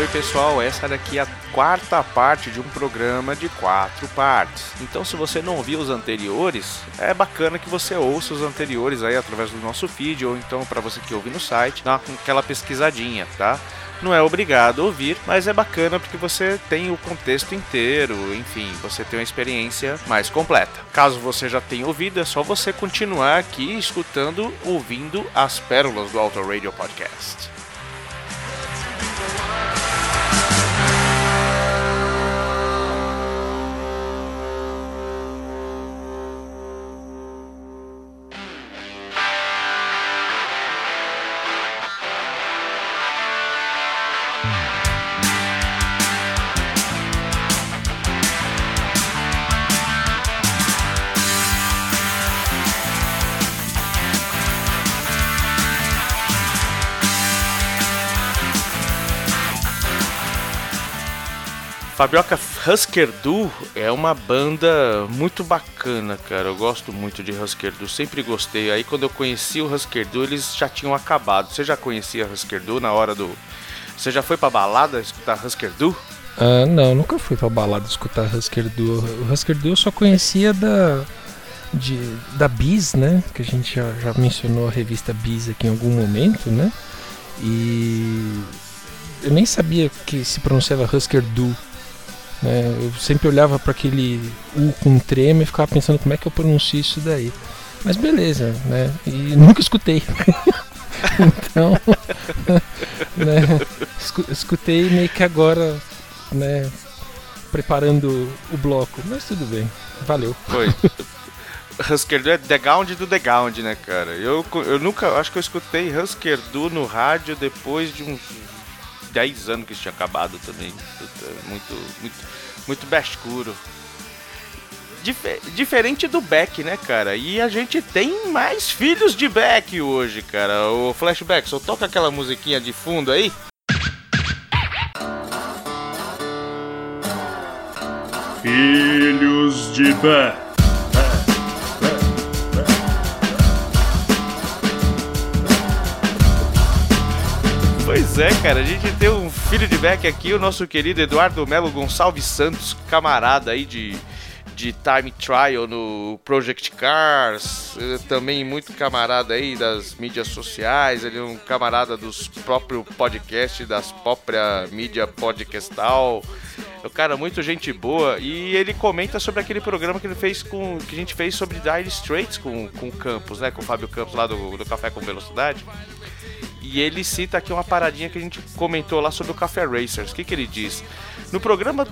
Oi pessoal, essa daqui é a quarta parte de um programa de 4 partes. Então se você não viu os anteriores, é bacana que você ouça os anteriores aí através do nosso feed, ou então para você que ouve no site, dá aquela pesquisadinha, tá? Não é obrigado a ouvir, mas é bacana porque você tem o contexto inteiro, enfim, você tem uma experiência mais completa. Caso você já tenha ouvido, é só você continuar aqui escutando, ouvindo as pérolas do Auto Radio Podcast. Fabioca, Husker Du é uma banda muito bacana, cara. Eu gosto muito de Husker Du, sempre gostei. Aí quando eu conheci o Husker Du, eles já tinham acabado. Você já conhecia Husker Du na hora do... Você já foi pra balada escutar Husker Du? Não, nunca fui pra balada escutar Husker Du. O Husker Du eu só conhecia da Bis, né? Que a gente já mencionou a revista Bis aqui em algum momento, né? E eu nem sabia que se pronunciava Husker Du. Eu sempre olhava para aquele U com trema e ficava pensando como é que eu pronuncio isso daí. Mas beleza, né? E nunca escutei. Então, né? Escutei meio que agora, né? Preparando o bloco. Mas tudo bem, valeu. Foi. Husker Du é The Gound do The Gound, né, cara? Eu nunca, acho que eu escutei Husker Du no rádio depois de uns 10 anos que isso tinha acabado também. Muito bescuro. Diferente do Beck, né, cara? E a gente tem mais filhos de Beck hoje, cara. O Flashback, só toca aquela musiquinha de fundo aí. Filhos de Beck. Pois é, cara, a gente tem um filho de Beck aqui, o nosso querido Eduardo Melo Gonçalves Santos, camarada aí de Time Trial no Project Cars, também muito camarada aí das mídias sociais, ele é um camarada dos próprios podcasts, das próprias mídias podcastal, é um cara muito gente boa, e ele comenta sobre aquele programa que ele fez que a gente fez sobre Dire Straits com o Campos, né, com o Fábio Campos lá do Café com Velocidade. E ele cita aqui uma paradinha que a gente comentou lá sobre o Café Racers. O que ele diz? No programa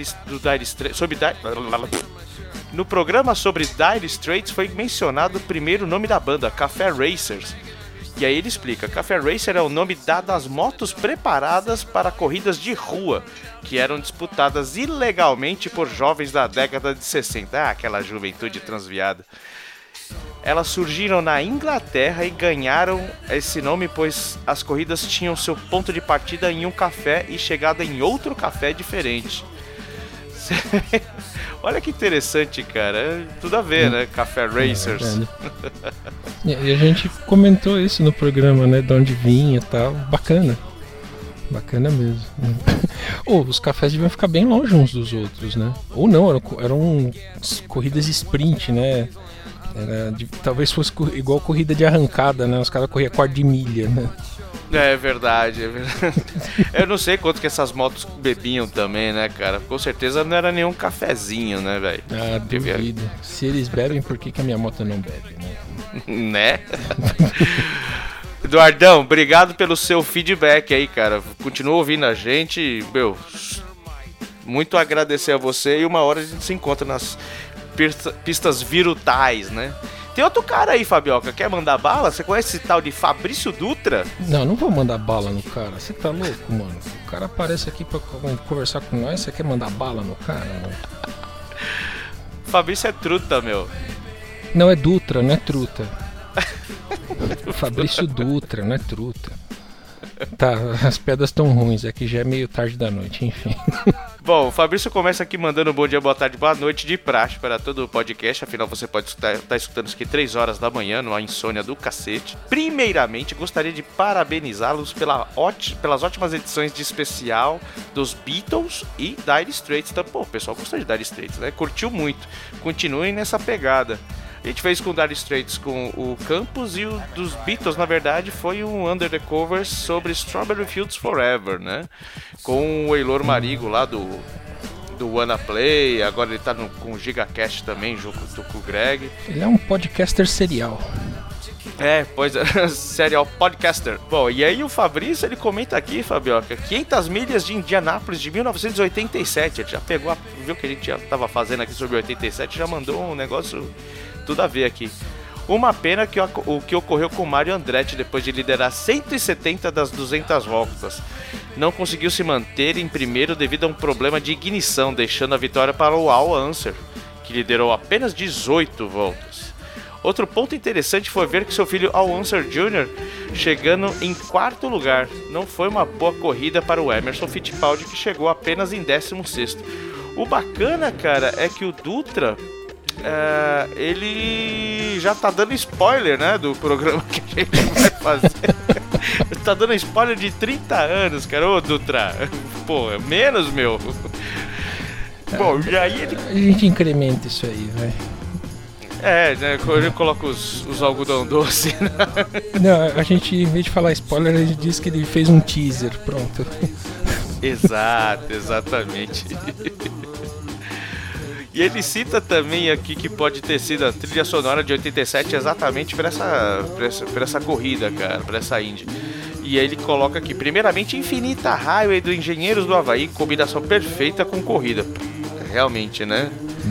sobre Dire Straits foi mencionado primeiro o nome da banda, Café Racers. E aí ele explica, Café Racer é o nome dado às motos preparadas para corridas de rua, que eram disputadas ilegalmente por jovens da década de 60. Aquela juventude transviada. Elas surgiram na Inglaterra e ganharam esse nome pois as corridas tinham seu ponto de partida em um café e chegada em outro café diferente. Olha que interessante, cara. Tudo a ver, né? Café Racers. E a gente comentou isso no programa, né? De onde vinha e tal. Bacana. Bacana mesmo. Os cafés deviam ficar bem longe uns dos outros, né? Ou não, eram corridas sprint, né? Talvez fosse igual corrida de arrancada, né? Os caras corriam quarto de milha, né? É verdade. Eu não sei quanto que essas motos bebiam também, né, cara? Com certeza não era nenhum cafezinho, né, velho? Duvido. Se eles bebem, por que a minha moto não bebe, né? Né? Eduardão, obrigado pelo seu feedback aí, cara. Continua ouvindo a gente, meu. Muito agradecer a você e uma hora a gente se encontra nas pistas virutais, né? Tem outro cara aí, Fabioca, quer mandar bala? Você conhece esse tal de Fabrício Dutra? Não vou mandar bala no cara. Você tá louco, mano? O cara aparece aqui pra conversar com nós, você quer mandar bala no cara, mano? Fabrício é truta, meu. Não, é Dutra, não é truta. Fabrício Dutra, não é truta. Tá, as pedras tão ruins, aqui já é meio tarde da noite, enfim. Bom, o Fabrício começa aqui mandando bom dia, boa tarde, boa noite de praxe para todo o podcast. Afinal, você pode estar escutando isso aqui 3 horas da manhã, numa insônia do cacete. Primeiramente, gostaria de parabenizá-los pelas ótimas edições de especial dos Beatles e Dire Straits. Então, pô, o pessoal gostou de Dire Straits, né? Curtiu muito. Continuem nessa pegada. A gente fez com o Dire Straits com o Campus e o dos Beatles, na verdade, foi um Under the Covers sobre Strawberry Fields Forever, né? Com o Eilor Marigo lá do Wanna Play, agora ele tá com o GigaCast também, junto com o Greg. Ele é um podcaster serial. Pois é, serial podcaster. Bom, e aí o Fabrício, ele comenta aqui, Fabioca, 500 milhas de Indianápolis de 1987. Ele já pegou, viu o que a gente já tava fazendo aqui sobre 87, já mandou um negócio tudo a ver aqui. Uma pena que o que ocorreu com o Mario Andretti depois de liderar 170 das 200 voltas. Não conseguiu se manter em primeiro devido a um problema de ignição, deixando a vitória para o Al Unser, que liderou apenas 18 voltas. Outro ponto interessante foi ver que seu filho Al Unser Jr. chegando em 4º lugar. Não foi uma boa corrida para o Emerson Fittipaldi, que chegou apenas em 16º. O bacana, cara, é que o Dutra... ele já tá dando spoiler, né, do programa que a gente vai fazer. Tá dando spoiler de 30 anos, cara. Ô, Dutra, pô, menos, meu. Bom, e aí ele... A gente incrementa isso aí, vai. Né, eu coloco os algodão doce. Né? Não, a gente, em vez de falar spoiler, a gente diz que ele fez um teaser, pronto. Exato, exatamente. E ele cita também aqui que pode ter sido a trilha sonora de 87 exatamente para essa corrida, cara, para essa Indy. E aí ele coloca aqui, primeiramente, Infinita Highway do Engenheiros do Havaí, combinação perfeita com corrida. Realmente, né?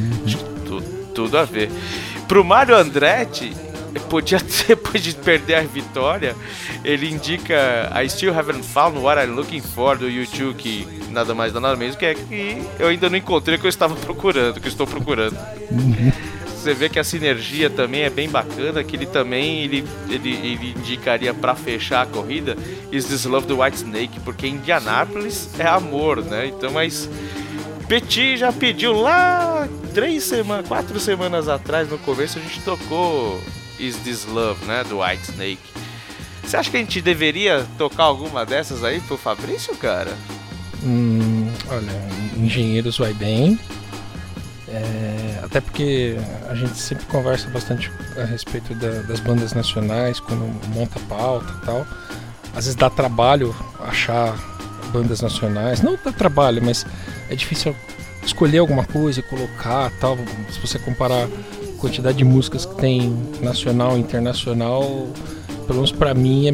Tudo a ver. Pro Mario Andretti, podia ter, depois de perder a vitória, ele indica I Still Haven't Found What I'm Looking For do YouTube, que nada mais nada menos que é que eu ainda não encontrei o que eu estava procurando, que eu estou procurando. Você vê que a sinergia também é bem bacana, que ele também ele indicaria para fechar a corrida Is This Love do Whitesnake, porque Indianápolis é amor, né? Então, mas Petit já pediu lá 4 semanas atrás, no começo a gente tocou Is This Love, né, do Whitesnake. Você acha que a gente deveria tocar alguma dessas aí pro Fabrício, cara? Olha, Engenheiros vai bem. Até porque a gente sempre conversa bastante a respeito das bandas nacionais, quando monta pauta e tal. Às vezes dá trabalho achar bandas nacionais. Não dá trabalho, mas é difícil escolher alguma coisa e colocar tal. Se você comparar a quantidade de músicas que tem nacional e internacional, pelo menos pra mim é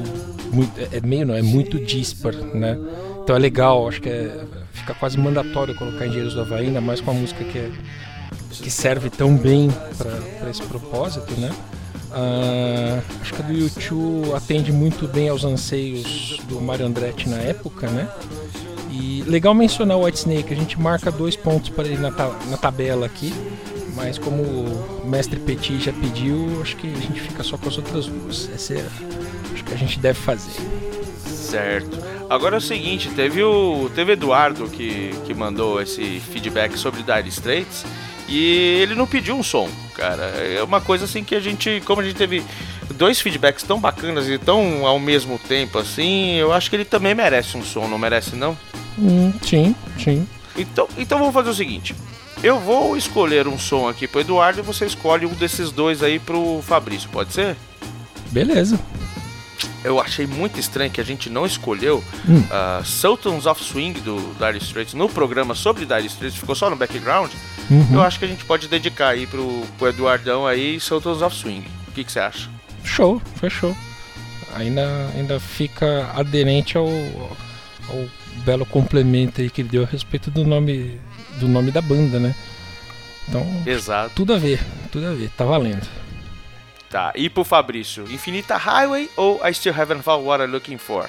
muito dispar, né? Então é legal, acho que fica quase mandatório colocar Engenheiros do Havaí, ainda mais com uma música que serve tão bem para esse propósito, né? Acho que a do U2 atende muito bem aos anseios do Mario Andretti na época, né? E legal mencionar o Whitesnake, a gente marca 2 pontos para ele na tabela aqui, mas como o mestre Petit já pediu, acho que a gente fica só com as outras duas. Essa acho que a gente deve fazer. Certo. Agora é o seguinte, teve Eduardo que mandou esse feedback sobre Dire Straits e ele não pediu um som, cara. É uma coisa assim que como a gente teve 2 feedbacks tão bacanas e tão ao mesmo tempo assim, eu acho que ele também merece um som, não merece não? Sim. Então vamos fazer o seguinte, eu vou escolher um som aqui pro Eduardo e você escolhe um desses 2 aí pro Fabrício, pode ser? Beleza. Eu achei muito estranho que a gente não escolheu Sultans of Swing do Dire Straits no programa sobre Dire Straits, ficou só no background. Eu acho que a gente pode dedicar aí pro Eduardão aí Sultans of Swing. O que você acha? Show, fechou. Ainda fica aderente ao belo complemento aí que ele deu a respeito do nome da banda, né? Então, exato. Tudo a ver, tá valendo. Tá, e pro Fabrício, Infinita Highway ou I Still Haven't Found What I'm Looking For?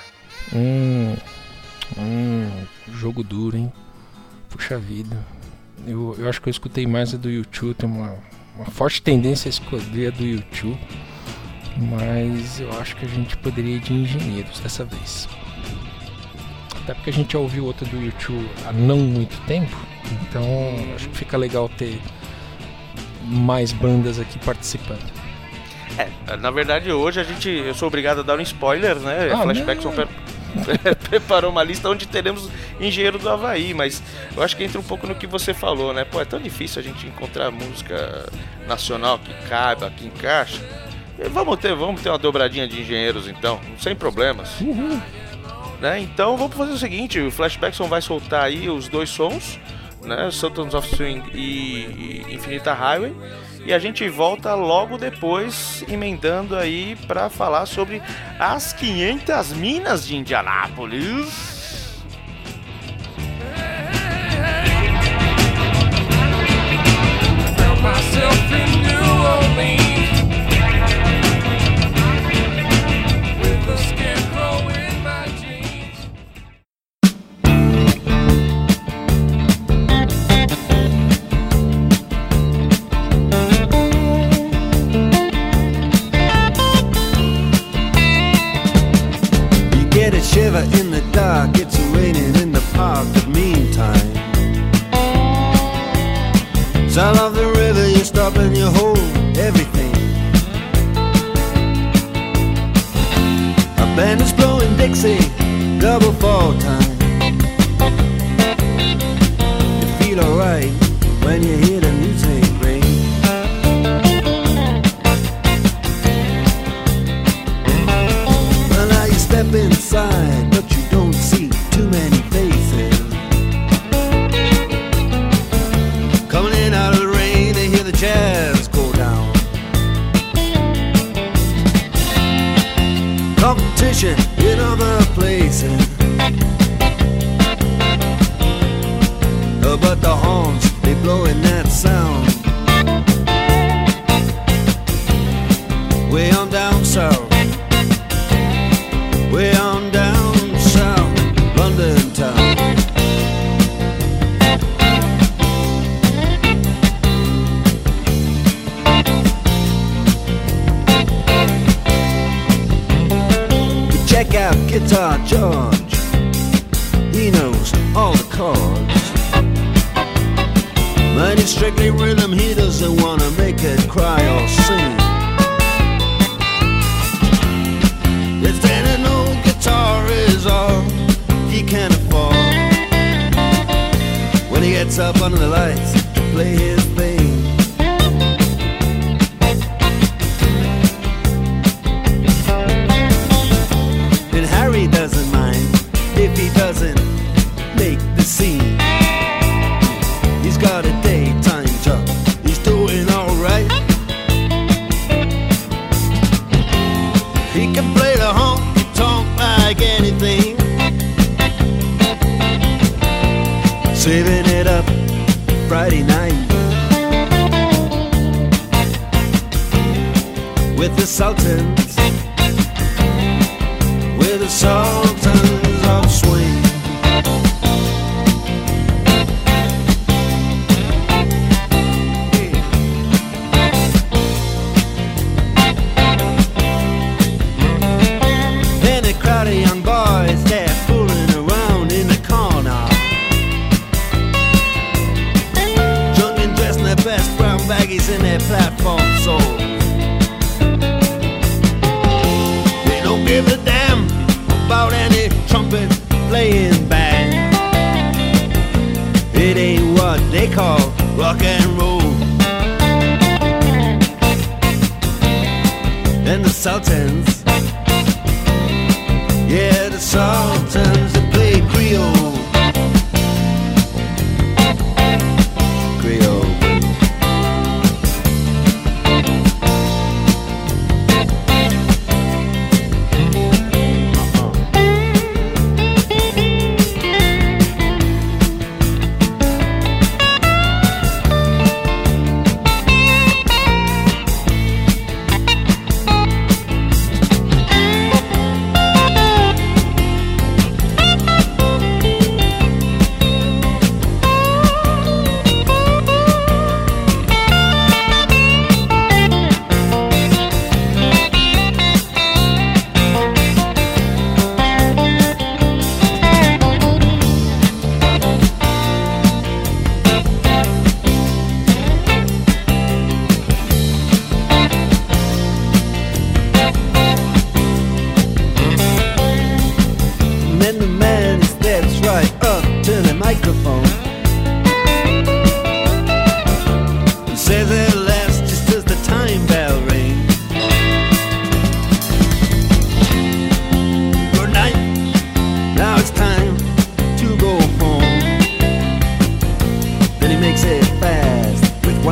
Jogo duro, hein? Puxa vida. Eu acho que eu escutei mais a do U2, tem uma forte tendência a escolher a do U2, mas eu acho que a gente poderia ir de Engenheiros dessa vez. Até porque a gente já ouviu outra do U2 há não muito tempo, então acho que fica legal ter mais bandas aqui participando. Na verdade hoje eu sou obrigado a dar um spoiler, né? Flashback preparou uma lista onde teremos Engenheiro do Havaí, mas eu acho que entra um pouco no que você falou, né? Pô, é tão difícil a gente encontrar música nacional que caiba, que encaixa. E vamos ter uma dobradinha de engenheiros então, sem problemas. Uhum. Né? Então vamos fazer o seguinte, o Flashbackson vai soltar aí os 2 sons, né? Sultans of Swing e Infinita Highway. E a gente volta logo depois, emendando aí para falar sobre as 500 minas de Indianápolis. Shiver in the dark, it's raining in the park, but meantime sound of the river, you stop and you hold everything. A band is blowing Dixie, double fall time. You feel alright when you hear the music ring. Well, now you step inside, but you don't see too many faces. Coming in out of the rain, they hear the jazz go down. Competition in other places, but the horns, they blowing that sound. Way on down south, way on down south, London town. Check out Guitar George, he knows all the chords. But it's strictly rhythm, he doesn't wanna make it cry or sing. If then an old guitar is all he can afford, when he gets up under the lights to play his thing. And Harry doesn't mind if he doesn't make the scene. He's got a daytime job, he's doing alright. He can play the honky-tonk like anything, saving it up Friday night with the Sultans, with the Sultans of Swing. And a crowd of young boys, they're fooling around in the corner, drunk and dressed in their best brown baggies in their platform soles. They don't give a damn about any trumpet playing band. It ain't what they call rock and roll. And the Sultans, yeah, the Sultans, they play Creole. Creole.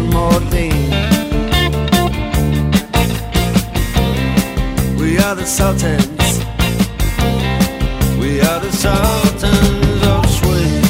one more thing. We are the Sultans. We are the Sultans of Swing.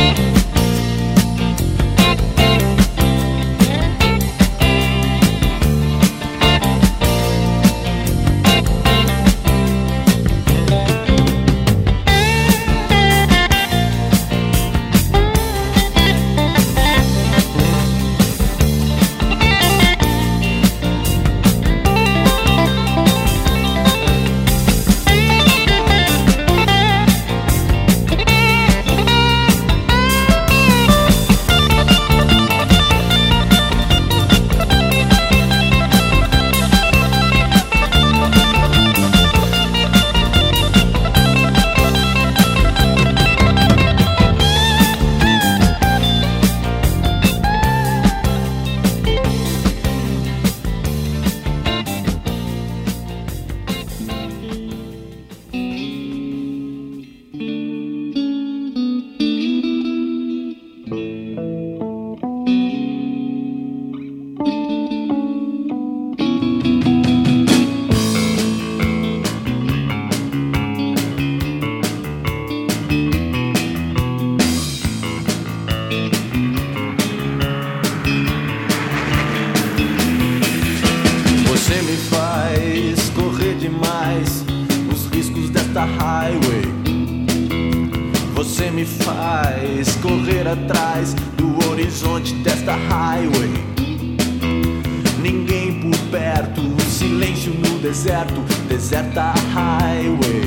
Você me faz correr atrás do horizonte desta highway. Ninguém por perto, silêncio no deserto, deserta highway.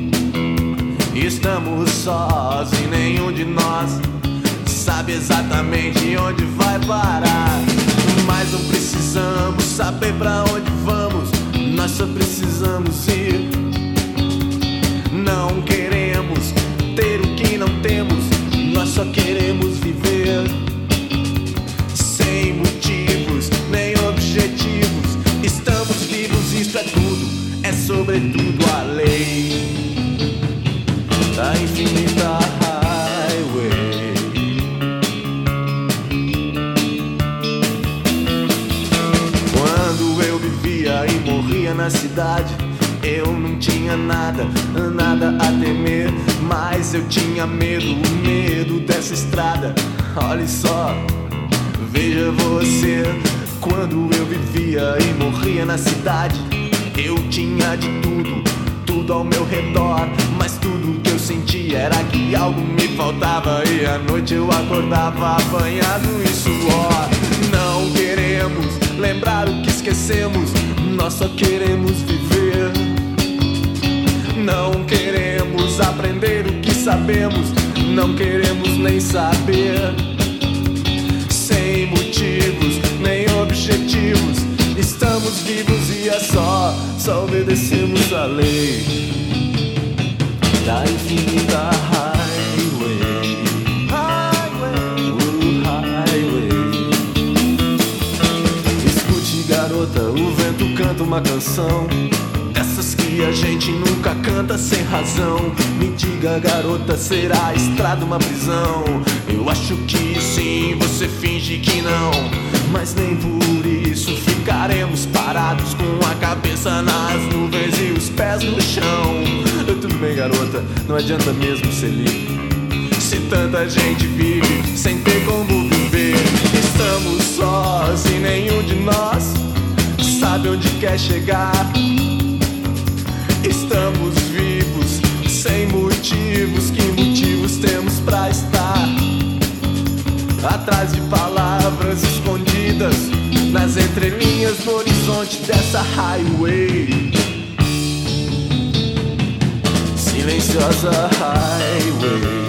Estamos sós e nenhum de nós sabe exatamente onde vai parar. Mas não precisamos saber pra onde vamos, nós só precisamos ir. Não queremos ter o que não temos, nós só queremos viver. Sem motivos, nem objetivos, estamos vivos, isso é tudo, é sobretudo a lei da infinita highway. Quando eu vivia e morria na cidade, eu não tinha nada a temer, mas eu tinha medo, o medo dessa estrada. Olha só, veja você. Quando eu vivia e morria na cidade, eu tinha de tudo, tudo ao meu redor, mas tudo que eu sentia era que algo me faltava, e à noite eu acordava apanhado em suor. Não queremos lembrar o que esquecemos, nós só queremos viver. Não queremos aprender o que sabemos, não queremos nem saber. Sem motivos, nem objetivos, estamos vivos e é só obedecemos a lei da infinita highway. Highway. Escute, garota, o vento canta uma canção dessas que a gente nunca canta sem razão. Me diga, garota, será a estrada uma prisão? Eu acho que sim, você finge que não, mas nem por isso ficaremos parados com a cabeça nas nuvens e os pés no chão. Tudo bem, garota, não adianta mesmo ser livre se tanta gente vive sem ter como viver. Estamos sós e nenhum de nós sabe onde quer chegar. Estamos vivos, sem motivos, que motivos temos pra estar atrás de palavras escondidas nas entrelinhas do horizonte dessa highway. Silenciosa highway.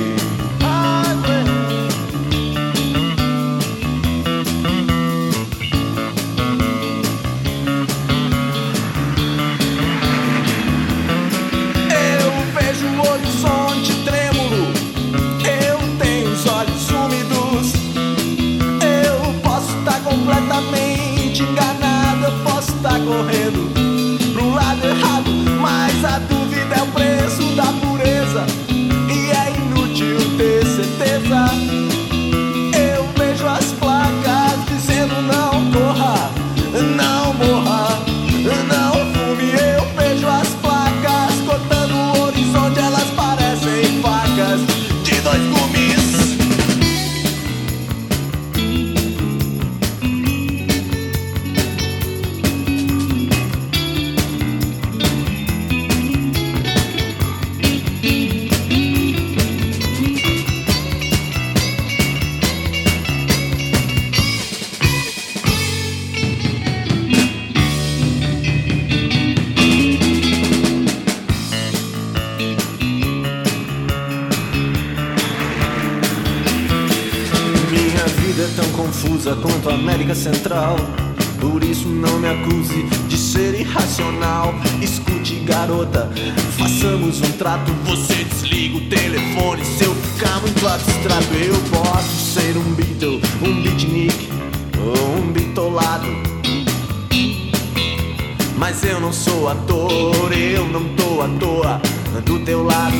Correndo pro lado errado, mas a dúvida é o preço da pureza e é inútil ter certeza. Eu vejo as placas dizendo confusa quanto a América Central. Por isso não me acuse de ser irracional. Escute, garota, façamos um trato. Você desliga o telefone se eu ficar muito abstrato. Eu posso ser um Beatle, um beatnik ou um bitolado, mas eu não sou ator, eu não tô à toa do teu lado.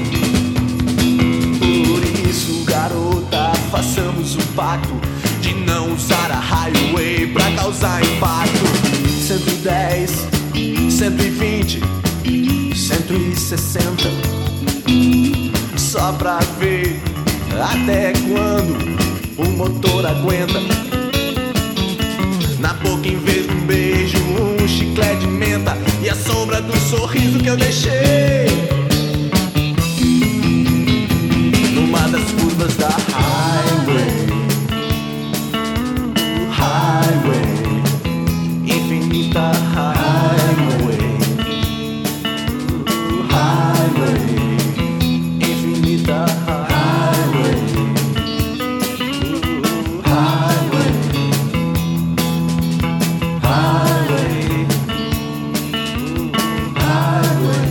Por isso, garota, façamos um pacto de não usar a highway pra causar impacto. 110, 120, 160, só pra ver até quando o motor aguenta. Na boca em vez de um beijo, um chiclete de menta e a sombra do sorriso que eu deixei numa das curvas da highway. Highway, infinita highway. Highway, infinita highway. Highway, highway, highway.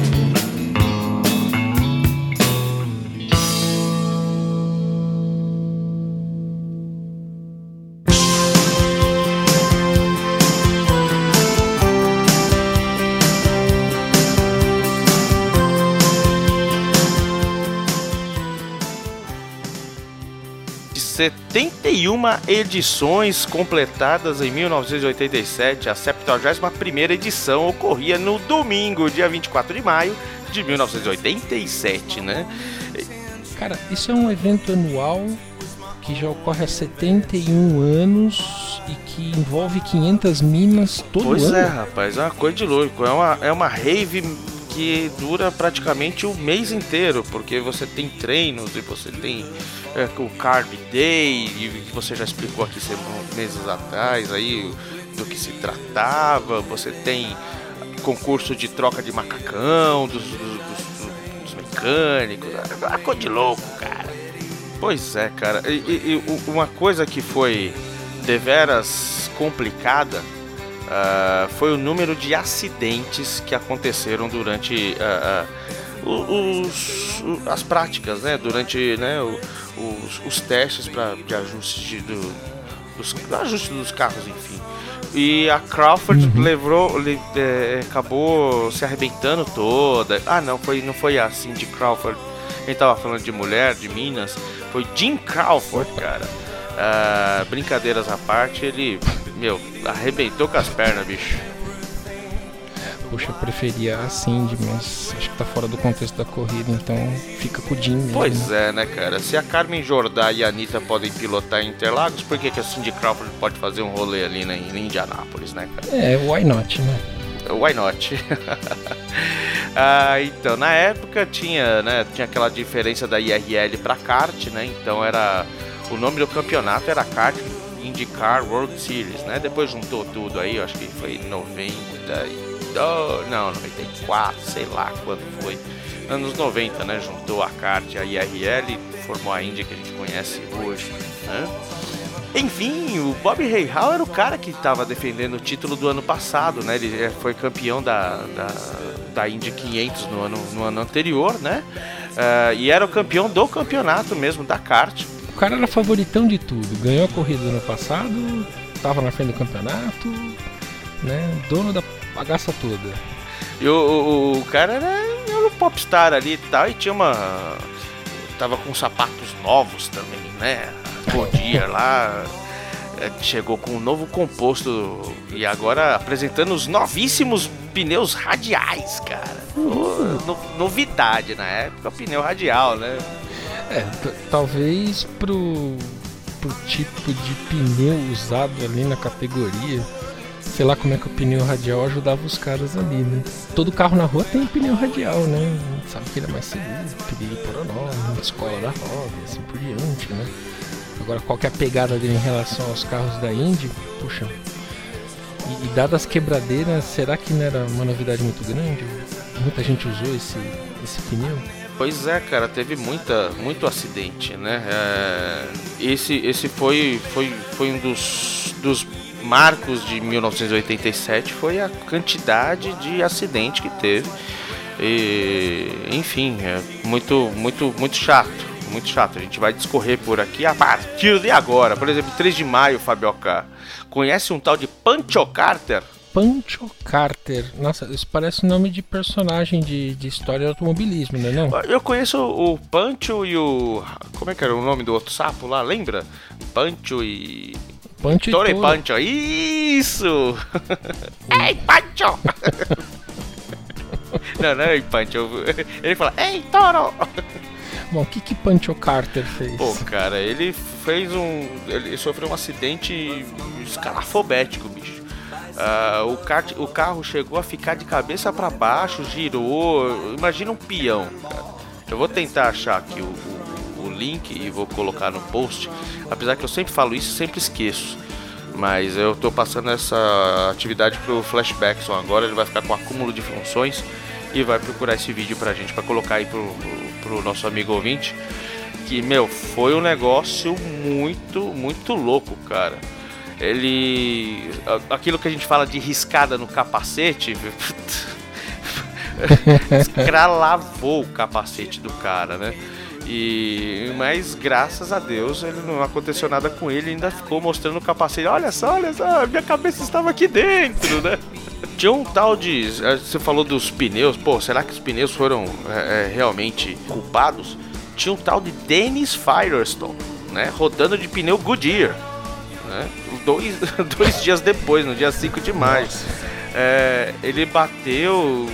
De 71 edições completadas em 1987, a 71ª edição ocorria no domingo, dia 24 de maio de 1987, né? Cara, isso é um evento anual que já ocorre há 71 anos e que envolve 500 minas todo ano. Pois é, rapaz, é uma coisa de louco. É uma rave que dura praticamente o mês inteiro, porque você tem treinos e você tem o Carb Day, que você já explicou aqui meses atrás aí do que se tratava. Você tem concurso de troca de macacão dos mecânicos. É uma coisa de louco, cara. Pois é, cara. E uma coisa que foi deveras complicada foi o número de acidentes que aconteceram durante as práticas, né? Durante, né, os testes de ajuste ajuste dos carros, enfim. E a Crawford acabou se arrebentando toda. Não foi assim de Crawford. A gente tava falando de mulher, de Minas. Foi Jim Crawford, cara. Brincadeiras à parte, ele, arrebentou com as pernas, bicho. Poxa, eu preferia a Cindy, mas acho que tá fora do contexto da corrida, então fica com o Jim mesmo. Pois é, né, cara? Se a Carmen Jordan e a Anitta podem pilotar em Interlagos, por que a Cindy Crawford pode fazer um rolê ali, né, em Indianápolis, né, cara? Why not, né? Why not? Então, na época tinha aquela diferença da IRL pra kart, né? Então o nome do campeonato era Kart IndyCar World Series, né? Depois juntou tudo aí, eu acho que foi 94, sei lá quando foi. Anos 90, né? Juntou a kart e a IRL e formou a Indy que a gente conhece hoje, né? Enfim, o Bob Rahal era o cara que estava defendendo o título do ano passado, né? Ele foi campeão da Indy 500 no ano anterior, né? E era o campeão do campeonato mesmo, da kart. O cara era favoritão de tudo, ganhou a corrida no ano passado, estava na frente do campeonato, né? Dono da bagaça toda. E o cara era um popstar ali e tal, e tava com sapatos novos também, né? Goodyear lá, chegou com um novo composto e agora apresentando os novíssimos pneus radiais, cara. Novidade na época, pneu radial, né? Talvez pro tipo de pneu usado ali na categoria, sei lá como é que o pneu radial ajudava os caras ali, né? Todo carro na rua tem pneu radial, né? Sabe que ele é mais seguro, perigo por nome, escola da roda, assim por diante, né? Agora, qual que é a pegada dele em relação aos carros da Indy? Puxa, e dadas as quebradeiras, será que não era uma novidade muito grande? Muita gente usou esse pneu? Pois é, cara, teve muito acidente, né? Esse foi um dos marcos de 1987, foi a quantidade de acidente que teve. E, enfim, é muito chato, muito chato. A gente vai discorrer por aqui a partir de agora. Por exemplo, 3 de maio, Fabioca. Conhece um tal de Pancho Carter? Pancho Carter. Nossa, isso parece nome de personagem de história de automobilismo, né? Não? Eu conheço o Pancho e o... Como é que era o nome do outro sapo lá? Lembra? Pancho e... Toro e Pancho. Isso! Ei, Pancho! Não é Pancho. Ele fala, ei, Toro! Bom, o que Pancho Carter fez? Pô, cara, ele sofreu um acidente escalafobético, bicho. O carro chegou a ficar de cabeça para baixo, girou. Imagina um peão, cara. Eu vou tentar achar aqui o link e vou colocar no post. Apesar que eu sempre falo isso, sempre esqueço. Mas eu tô passando essa atividade pro Flashbackson agora. Ele vai ficar com acúmulo de funções e vai procurar esse vídeo pra gente, pra colocar aí pro nosso amigo ouvinte. Que, meu, foi um negócio muito louco, cara. Aquilo que a gente fala de riscada no capacete, escralavou o capacete do cara, né? Mas graças a Deus ele não aconteceu nada com ele, ainda ficou mostrando o capacete. Olha só, minha cabeça estava aqui dentro, né? Tinha um tal de... Você falou dos pneus, pô, será que os pneus foram realmente culpados? Tinha um tal de Dennis Firestone, né? Rodando de pneu Goodyear, né? 2 dias depois, no dia 5 de maio. Ele bateu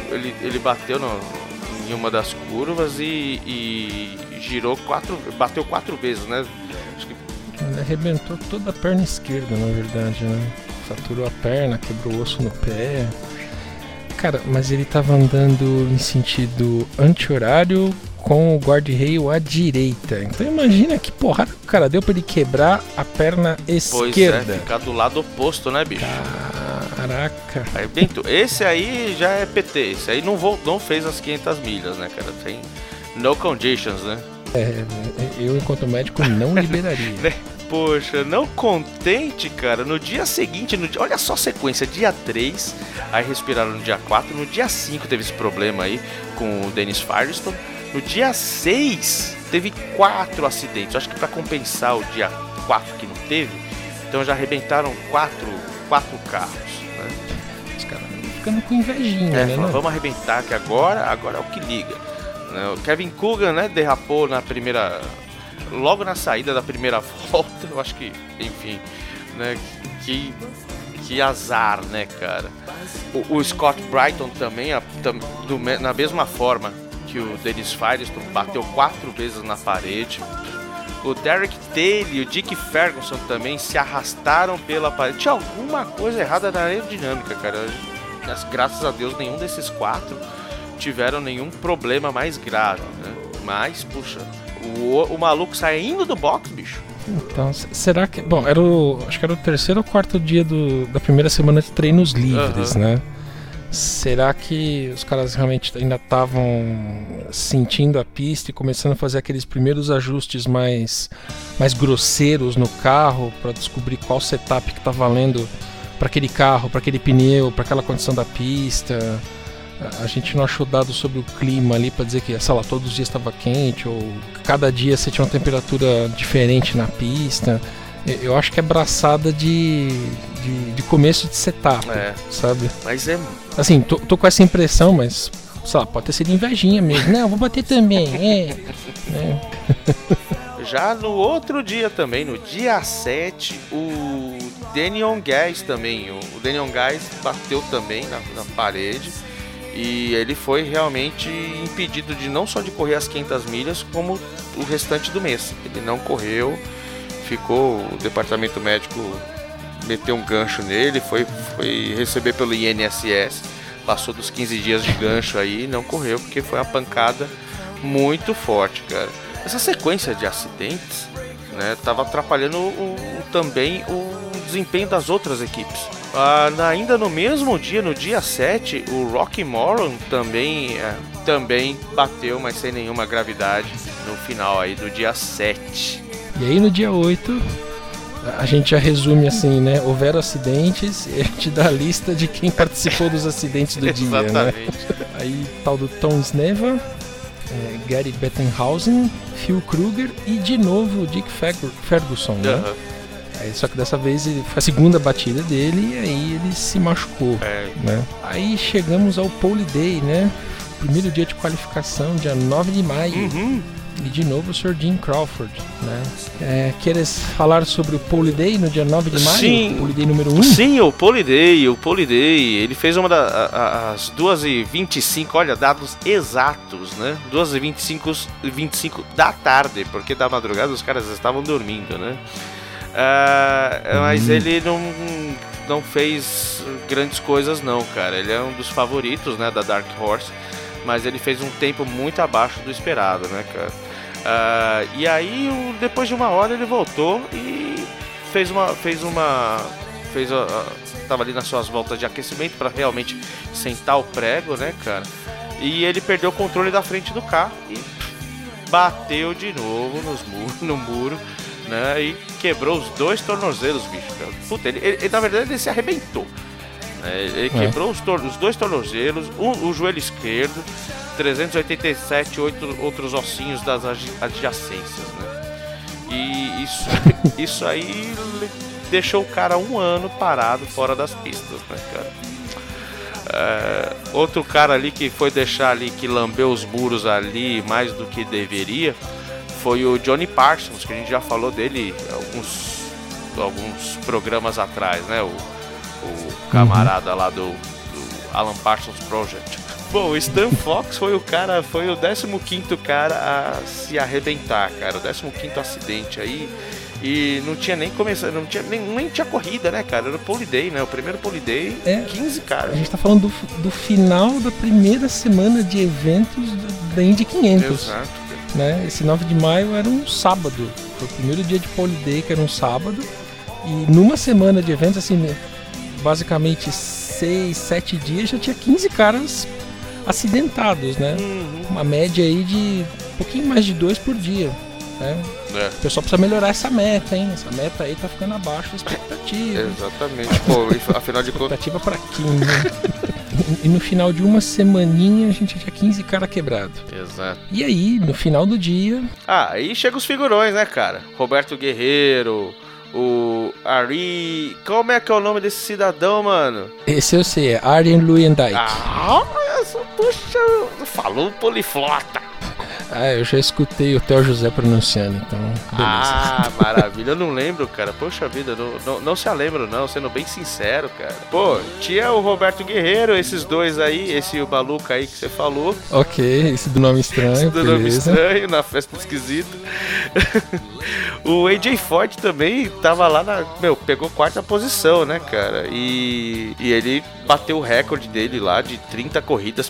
em uma das curvas e girou bateu 4 vezes, né? Acho que... Ele arrebentou toda a perna esquerda, na verdade, né? Fraturou a perna, quebrou o osso no pé. Cara, mas ele tava andando em sentido anti-horário com o guarda-reio à direita. Então imagina que porrada que o cara deu pra ele quebrar a perna esquerda. Pois ficar do lado oposto, né, bicho? Caraca. Aí, Bento, esse aí já é PT. Esse aí não fez as 500 milhas, né, cara? Tem no conditions, né? Eu, enquanto médico, não liberaria. Poxa, não contente, cara, no dia seguinte, olha só a sequência, dia 3, aí respiraram no dia 4, no dia 5 teve esse problema aí com o Dennis Firestone, no dia 6 teve 4 acidentes, acho que pra compensar o dia 4 que não teve, então já arrebentaram 4 carros, né? Os caras ficando com invejinha, né? Vamos arrebentar que agora é o que liga, né? O Kevin Kugan, né, derrapou logo na saída da primeira volta, eu acho que, enfim, né, que azar, né, cara. O Scott Brighton também, na mesma forma que o Dennis Firestone, bateu 4 vezes na parede. O Derek Taylor e o Dick Ferguson também se arrastaram pela parede. Tinha alguma coisa errada na aerodinâmica, cara. Mas, graças a Deus, nenhum desses 4 tiveram nenhum problema mais grave, né? Mas, puxa... O maluco saindo do box, bicho. Então, será que... Bom, acho que era o 3º ou 4º dia da primeira semana de treinos livres, né? Será que os caras realmente ainda estavam sentindo a pista e começando a fazer aqueles primeiros ajustes mais grosseiros no carro para descobrir qual setup que tá valendo para aquele carro, para aquele pneu, para aquela condição da pista? A gente não achou dados sobre o clima ali para dizer que, sei lá, todos os dias estava quente ou cada dia você tinha uma temperatura diferente na pista. Eu acho que é braçada de começo de setup, sabe? Mas é... Assim, tô com essa impressão, mas, sei lá, pode ter sido invejinha mesmo. Não, vou bater também, Já no outro dia também, no dia 7, o Daniel Guys também. O Daniel Guys bateu também na parede. E ele foi realmente impedido de não só de correr as 500 milhas, como o restante do mês. Ele não correu, o departamento médico meteu um gancho nele, foi receber pelo INSS, passou dos 15 dias de gancho aí e não correu, porque foi uma pancada muito forte, cara. Essa sequência de acidentes, né, tava atrapalhando também o desempenho das outras equipes. Ainda no mesmo dia, no dia 7, o Rocky Moran também também bateu, mas sem nenhuma gravidade, no final aí do dia 7. E aí no dia 8, a gente já resume assim, né? Houveram acidentes e a gente dá a lista de quem participou dos acidentes do dia, né? Exatamente. Aí tal do Tom Sneva, Gary Bettenhausen, Phil Kruger e de novo o Dick Ferguson, né? Uhum. Aí, só que dessa vez foi a segunda batida dele e aí ele se machucou, né? Aí chegamos ao Pole Day, né? Primeiro dia de qualificação, dia 9 de maio. Uhum. E de novo o Sr. Jim Crawford, né? Queres falar sobre o Pole Day no dia 9 de maio? Sim. O Pole Day número 1? Sim, o Pole Day. Ele fez às 2h25, olha, dados exatos, né? 2h25 da tarde, porque da madrugada os caras estavam dormindo, né? Mas ele não fez grandes coisas não, cara. Ele é um dos favoritos, né, da Dark Horse, mas ele fez um tempo muito abaixo do esperado, né, cara? E aí, depois de uma hora, ele voltou e tava ali nas suas voltas de aquecimento para realmente sentar o prego, né, cara? E ele perdeu o controle da frente do carro e bateu de novo no muro, né? E quebrou os 2 tornozelos, bicho, cara. Puta, ele na verdade ele se arrebentou. Ele quebrou os 2 tornozelos, o joelho esquerdo, 387 outros ossinhos das adjacências, né? E isso aí deixou o cara 1 ano parado fora das pistas, né, cara? Outro cara ali que foi deixar ali, que lambeu os muros ali mais do que deveria, foi o Johnny Parsons, que a gente já falou dele alguns programas atrás, né? O camarada lá do Alan Parsons Project. Bom, o Stan Fox foi o 15º cara a se arrebentar, cara. O 15º acidente aí. E não tinha nem começado, nem tinha corrida, né, cara? Era o Pole Day, né? O primeiro Pole Day, 15 caras. A gente tá falando do final da primeira semana de eventos da Indy 500. Exato. Né? Esse 9 de maio era um sábado. Foi o primeiro dia de Pole Day, que era um sábado. E numa semana de eventos, assim, basicamente 6, 7 dias, já tinha 15 caras acidentados, né? Uhum. Uma média aí de um pouquinho mais de 2 por dia, né? O pessoal precisa melhorar essa meta, hein? Essa meta aí tá ficando abaixo da expectativa. Exatamente. Pô, afinal de contas... Expectativa pra quem, né? E no final de uma semaninha a gente já tinha 15 caras quebrados. Exato. E aí, no final do dia... aí chegam os figurões, né, cara? Roberto Guerreiro... O Ari... Como é que é o nome desse cidadão, mano? Esse eu sei, é Arjen Luyendijk. Puxa, falou poliflota. Eu já escutei o Theo José pronunciando, então beleza. Maravilha, eu não lembro, cara. Poxa vida, não se lembro não, sendo bem sincero, cara. Pô, tinha o Roberto Guerreiro, esses dois aí, esse e o Baluca aí que você falou. Ok, esse do nome estranho, esse do beleza. nome estranho, na festa esquisita. O AJ Foyt também tava lá pegou 4ª posição, né, cara? E ele bateu o recorde dele lá de 30 corridas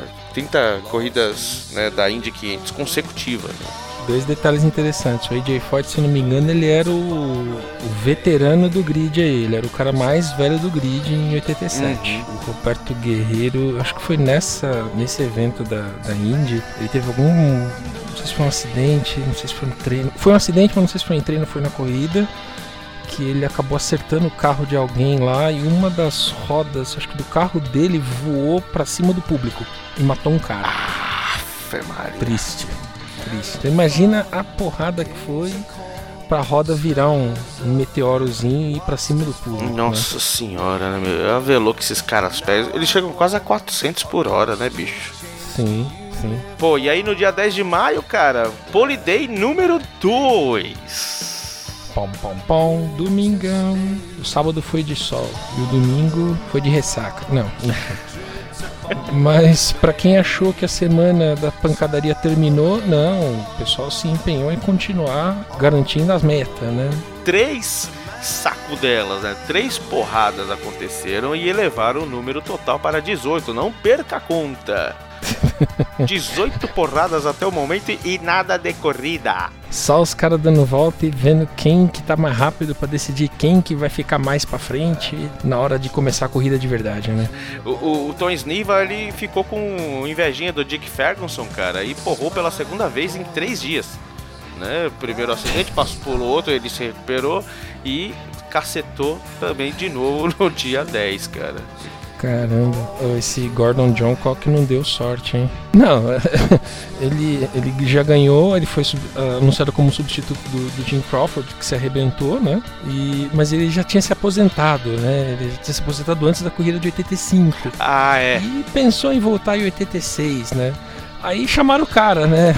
né, da Indy 500 consecutivas. Né? 2 detalhes interessantes. O AJ Foyt, se não me engano, ele era o veterano do grid aí. Ele era o cara mais velho do grid em 87. O Roberto Guerreiro, acho que foi nesse evento da Indy, ele teve não sei se foi um acidente, não sei se foi um treino. Foi um acidente, mas não sei se foi em treino ou foi na corrida, que ele acabou acertando o carro de alguém lá e uma das rodas, acho que do carro dele, voou pra cima do público e matou um cara. Triste. Então imagina a porrada que foi pra roda virar um meteorozinho e ir pra cima do público. Nossa, né? Senhora, né, meu? Avelou que esses caras pegam. Eles chegam quase a 400 por hora, né, bicho? Sim. Pô, e aí no dia 10 de maio, cara, Pole Day número 2. Pom, domingão. O sábado foi de sol e o domingo foi de ressaca. Não, mas pra quem achou que a semana da pancadaria terminou, não, o pessoal se empenhou em continuar garantindo as metas, né? 3 saco delas, né? 3 porradas aconteceram e elevaram o número total para 18. Não perca a conta. 18 porradas até o momento e nada de corrida. Só os caras dando volta e vendo quem que tá mais rápido pra decidir quem que vai ficar mais pra frente na hora de começar a corrida de verdade, né? O Tom Sniva, ele ficou com invejinha do Dick Ferguson, cara, e porrou pela segunda vez em 3 dias. Né? Primeiro acidente, passou por outro, ele se recuperou e cacetou também de novo no dia 10, cara. Caramba, esse Gordon Johncock não deu sorte, hein? Não, ele já ganhou, ele foi anunciado como substituto do Jim Crawford, que se arrebentou, né? Mas ele já tinha se aposentado, né? Ele já tinha se aposentado antes da corrida de 85. Ah, é. E pensou em voltar em 86, né? Aí chamaram o cara, né?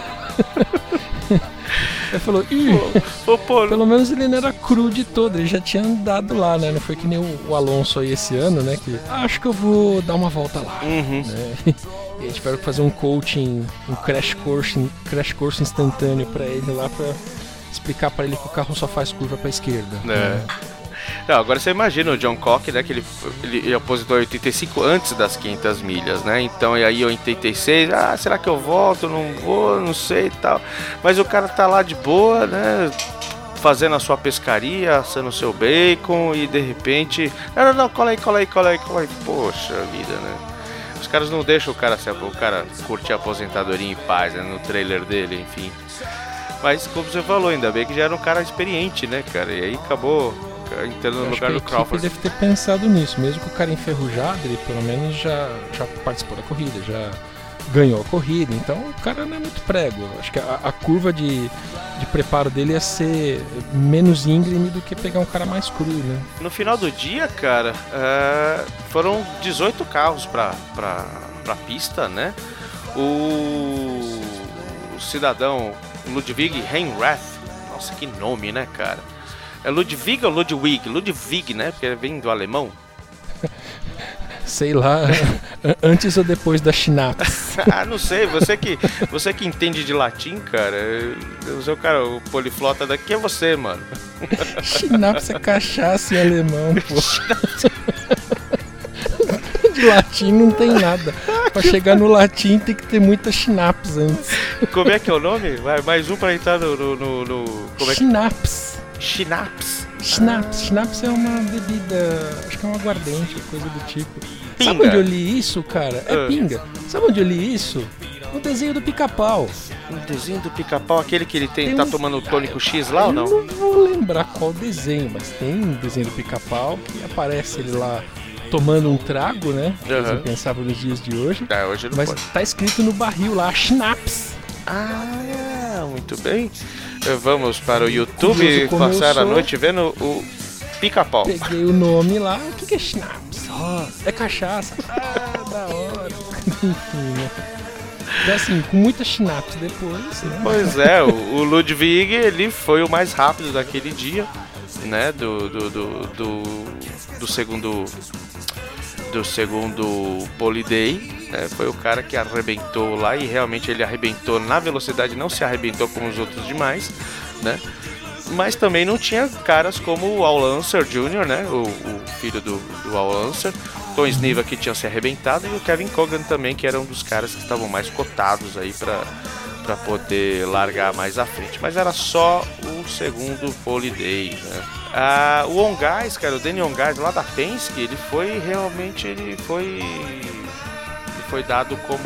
Ele falou, pelo menos ele não era cru de todo, ele já tinha andado lá, né? Não foi que nem o Alonso aí esse ano, né? Que acho que eu vou dar uma volta lá. Uhum. Né? E a gente vai fazer um coaching, um crash course instantâneo pra ele lá, pra explicar pra ele que o carro só faz curva pra esquerda. É. Né? Não, agora você imagina o John Cock, né, que ele aposentou em 85 antes das 500 milhas, né, então e aí em 86, será que eu volto, não vou, não sei e tal, mas o cara tá lá de boa, né, fazendo a sua pescaria, assando o seu bacon e de repente, não, cola aí, poxa vida, né, os caras não deixam o cara curtir a aposentadoria em paz, né, no trailer dele, enfim, mas como você falou, ainda bem que já era um cara experiente, né, cara, e aí acabou entrando no lugar do Crawford. Ele deve ter pensado nisso, mesmo que o cara enferrujado, ele pelo menos já participou da corrida, já ganhou a corrida, então o cara não é muito prego. Acho que a curva de preparo dele ia ser menos íngreme do que pegar um cara mais cru, né? No final do dia, cara, foram 18 carros pra pista, né? O cidadão Ludwig Heinrath, nossa, que nome, né, cara? É Ludwig ou Ludwig? Ludwig, né? Porque vem do alemão. Sei lá, antes ou depois da Schnapps? Não sei, você que entende de latim, cara. O poliflota daqui é você, mano. Schnapps é cachaça em alemão, pô. De latim não tem nada. Pra chegar no latim tem que ter muita Schnapps antes. Como é que é o nome? Vai, mais um pra entrar no como é que... Schnapps. Schnapps é uma bebida, acho que é um aguardente, coisa do tipo. Pinga. Sabe onde eu li isso, cara? É pinga. Sabe onde eu li isso? No desenho do Pica-Pau. No desenho do Pica-Pau, aquele que ele tá tomando o tônico X lá ou não? Eu não vou lembrar qual desenho, mas tem um desenho do Pica-Pau que aparece ele lá tomando um trago, né? Eu pensava nos dias de hoje. Hoje não mas pode. Tá escrito no barril lá, Schnapps. Muito bem. Vamos para o YouTube e passar a noite vendo o Pica-Pau. Peguei o nome lá, o que é Schnapps? É cachaça. Da hora. Enfim, né? Então, assim, com muita Schnapps depois, né? Pois é, o Ludwig, ele foi o mais rápido daquele dia, né? Do segundo Pole Day. Foi o cara que arrebentou lá e realmente ele arrebentou na velocidade, não se arrebentou como os outros demais, né? Mas também não tinha caras como o Al Unser Jr., né? O filho do Al Unser, Tom Sniva, que tinha se arrebentado, e o Kevin Cogan também, que era um dos caras que estavam mais cotados aí para poder largar mais à frente. Mas era só o segundo Pole Day, né? O On-Guys, cara, o Danny On-Guys lá da Penske, ele foi dado como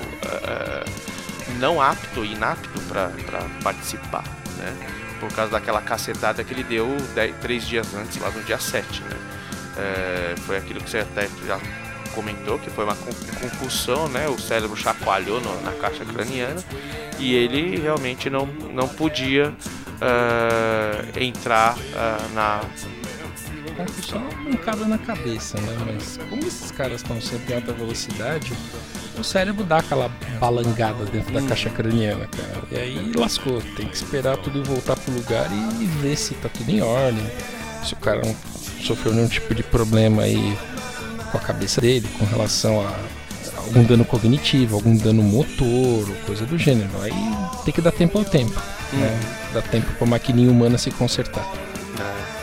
não apto, inapto para participar, né? Por causa daquela cacetada que ele deu 3 dias antes, lá no dia 7, né? Foi aquilo que você até já comentou, que foi uma concussão, né? O cérebro chacoalhou na caixa craniana e ele realmente não podia entrar na... Concussão é uma pancada na cabeça, né? Mas como esses caras estão sempre em alta velocidade, o cérebro dá aquela balangada dentro da caixa craniana, cara. E aí lascou, tem que esperar tudo voltar pro lugar e ver se tá tudo em ordem. Se o cara não sofreu nenhum tipo de problema aí com a cabeça dele, com relação a algum dano cognitivo, algum dano motor, ou coisa do gênero. Aí tem que dar tempo ao tempo, né? Dá tempo pra maquininha humana se consertar.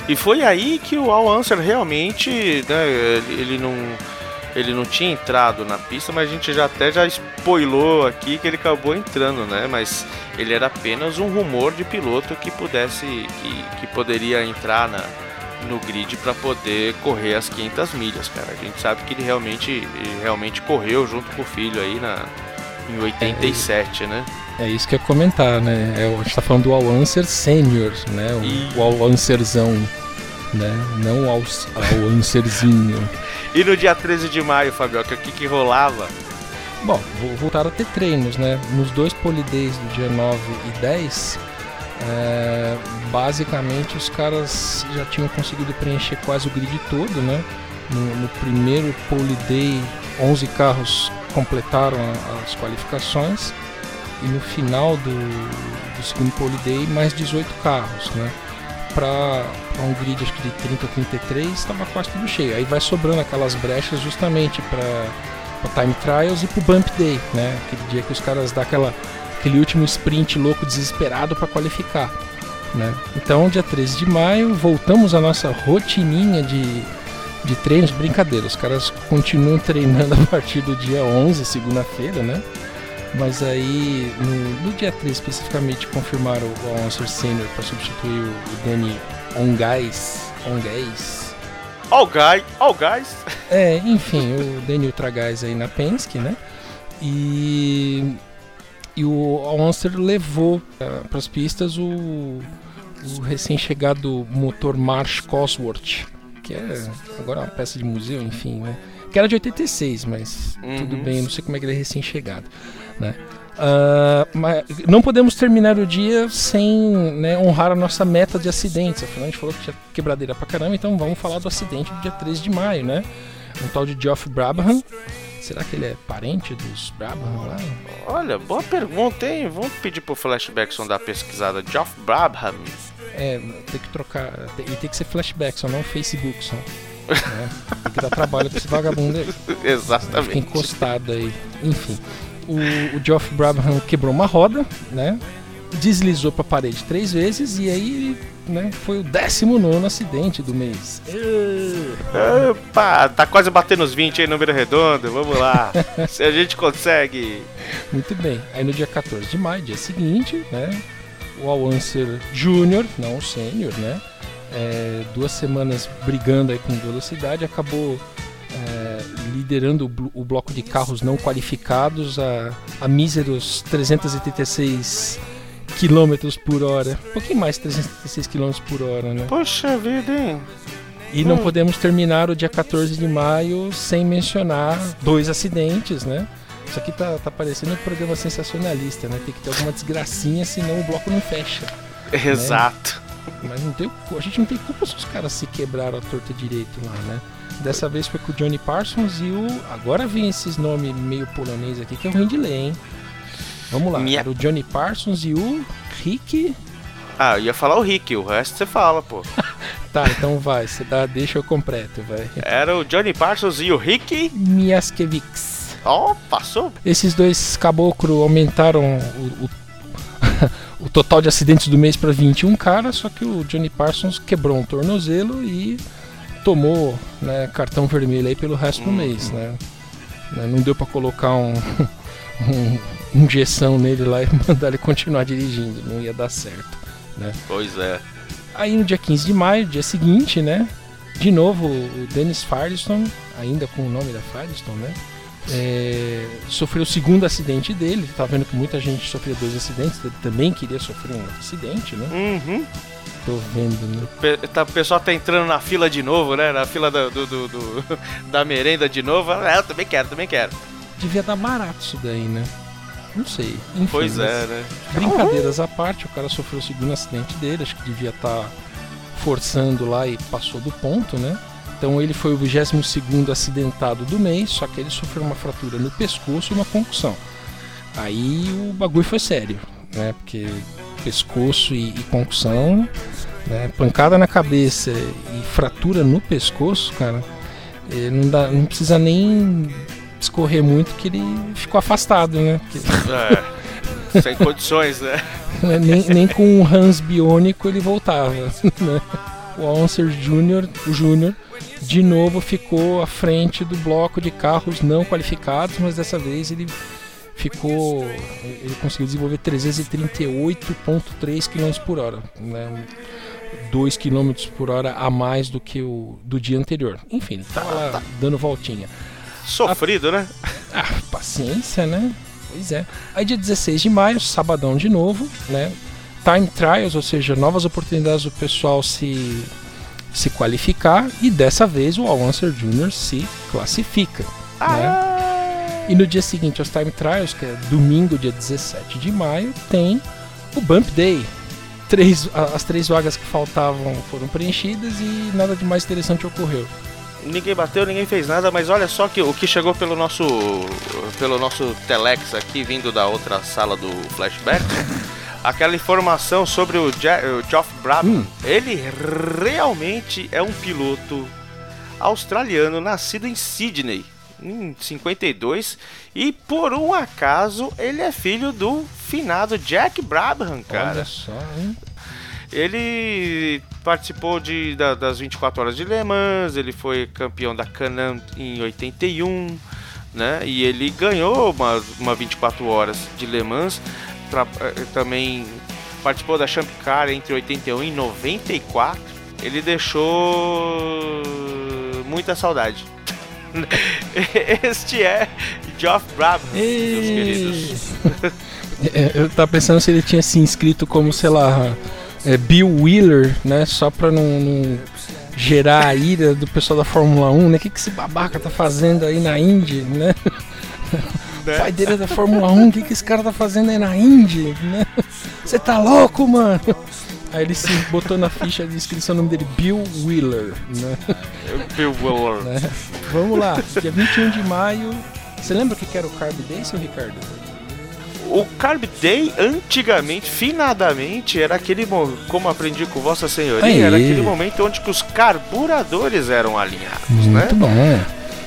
E foi aí que o Al Unser realmente, né, ele não tinha entrado na pista, mas a gente já spoilou aqui que ele acabou entrando, né? Mas ele era apenas um rumor de piloto que poderia entrar no grid para poder correr as 500 milhas, cara. A gente sabe que ele realmente correu junto com o filho aí em 87, né? É isso que eu ia comentar, né? A gente tá falando do Al Unser Sênior, né? O Al Unserzão, né? Não o Al Unserzinho. E no dia 13 de maio, Fabioca, o que rolava? Bom, voltaram a ter treinos, né? Nos 2 Pole Days do dia 9 e 10, basicamente os caras já tinham conseguido preencher quase o grid todo, né? No primeiro Pole Day, 11 carros completaram as qualificações. E no final do segundo Pole Day, mais 18 carros, né? Para um grid acho que de 30 a 33 estava quase tudo cheio. Aí vai sobrando aquelas brechas justamente para Time Trials e para o Bump Day, né? Aquele dia que os caras dão aquele último sprint louco, desesperado para qualificar, né? Então, dia 13 de maio, voltamos à nossa rotininha de treinos. Brincadeira, os caras continuam treinando a partir do dia 11, segunda-feira, né? Mas aí, no dia 13 especificamente, confirmaram o Al Unser Sênior para substituir o Danny Ongais. All guys. Enfim, o Danny Ultragais aí na Penske, né? E o Al Unser levou para as pistas o recém-chegado motor Marsh Cosworth, que é agora uma peça de museu, enfim, né? Que era de 86, mas tudo bem, eu não sei como é que ele é recém-chegado, né? Mas não podemos terminar o dia sem, né, honrar a nossa meta de acidentes. Afinal, a gente falou que tinha quebradeira pra caramba, então vamos falar do acidente do dia 13 de maio, né? Um tal de Geoff Brabham. Será que ele é parente dos Brabham lá? Olha, boa pergunta, hein? Vamos pedir pro Flashbackson dar uma pesquisada. Geoff Brabham. Tem que trocar. Ele tem que ser Flashbackson, não Facebookson. Né? Tem que dar trabalho pra esse vagabundo aí. Exatamente. Fica encostado aí. Enfim, o Geoff Brabham quebrou uma roda, né? Deslizou pra parede 3 vezes e aí, né, foi o 19º acidente do mês. Opa, tá quase batendo os 20 aí, número redondo, vamos lá. Se a gente consegue. Muito bem, aí no dia 14 de maio, dia seguinte, né, o Al Unser Júnior, não o Sênior, né, 2 semanas brigando aí com velocidade, acabou liderando o bloco de carros não qualificados a míseros 386 km por hora, um pouquinho mais, 336 km por hora, né? Poxa vida, hein? E não podemos terminar o dia 14 de maio sem mencionar 2 acidentes, né? Isso aqui tá parecendo um programa sensacionalista, né? Tem que ter alguma desgracinha, senão o bloco não fecha. Exato. Né? Mas a gente não tem culpa se os caras se quebraram a torta direito lá, né? Dessa vez foi com o Johnny Parsons e agora vem esses nomes meio polonês aqui que é ruim de ler, hein? Vamos lá, era o Johnny Parsons e o Rick... eu ia falar o Rick, o resto você fala, pô. Tá, então vai, deixa eu completo, vai. Era o Johnny Parsons e o Rick... Miaskiewicz. Passou. Esses 2 caboclos aumentaram o total de acidentes do mês para 21 caras, só que o Johnny Parsons quebrou um tornozelo e tomou, né, cartão vermelho aí pelo resto do mês, né? Não deu para colocar injeção nele lá e mandar ele continuar dirigindo, não ia dar certo, né? Pois é. Aí no dia 15 de maio, dia seguinte, né, de novo o Dennis Firestone, ainda com o nome da Firestone, né, sofreu o 2º acidente dele. Tá vendo que muita gente sofreu 2 acidentes, ele também queria sofrer um acidente, né? Uhum. Tô vendo, né? O pessoal tá entrando na fila de novo, né? Na fila da merenda de novo. Eu também quero. Devia dar barato isso daí, né? Não sei. Enfim, pois né? Brincadeiras à parte, o cara sofreu o 2º acidente dele, acho que devia estar forçando lá e passou do ponto, né? Então ele foi o 22º acidentado do mês, só que ele sofreu uma fratura no pescoço e uma concussão. Aí o bagulho foi sério, né? Porque pescoço e concussão, né? Pancada na cabeça e fratura no pescoço, cara, não precisa nem escorrer muito que ele ficou afastado, né? Sem condições, né? Nem com um Hans biônico ele voltava, né? o Al Unser Jr., o Júnior, de novo ficou à frente do bloco de carros não qualificados, mas dessa vez ele conseguiu desenvolver 338,3 km por hora, né? 2 km por hora a mais do que o do dia anterior. Enfim, ele estava lá dando voltinha. Sofrido, né? Paciência, né? Pois é. Aí dia 16 de maio, sabadão de novo, né? Time Trials, ou seja, novas oportunidades do pessoal se qualificar, e dessa vez o Al Unser Jr. se classifica, né? E no dia seguinte aos Time Trials, que é domingo, dia 17 de maio, tem o Bump Day. As 3 vagas que faltavam foram preenchidas e nada de mais interessante ocorreu. Ninguém bateu, ninguém fez nada, mas olha só que o que chegou pelo nosso telex aqui, vindo da outra sala do Flashback, aquela informação sobre o Geoff Brabham. Ele realmente é um piloto australiano, nascido em Sydney, em 52, e por um acaso ele é filho do finado Jack Brabham, cara. Olha só, hein? Ele participou das 24 horas de Le Mans, ele foi campeão da Can-Am em 81, né? E ele ganhou uma 24 horas de Le Mans, também participou da Champ Car entre 81 e 94. Ele deixou muita saudade. Este é Geoff Brabham, meus queridos. Eu tava pensando se ele tinha se inscrito como, sei lá, Bill Wheeler, né? Só pra não gerar a ira do pessoal da Fórmula 1, né? O que esse babaca tá fazendo aí na Indy, né? O pai dele é da Fórmula 1, o que esse cara tá fazendo aí na Indy, né? Você tá louco, mano? Aí ele se botou na ficha de inscrição o nome dele, Bill Wheeler, né? Bill Wheeler. Né? Vamos lá, dia 21 de maio. Você lembra o que era o Carb Day, seu Ricardo? O Carb Day, antigamente, finadamente, era aquele, como aprendi com Vossa Senhoria, era aquele momento onde que os carburadores eram alinhados, muito bom, né?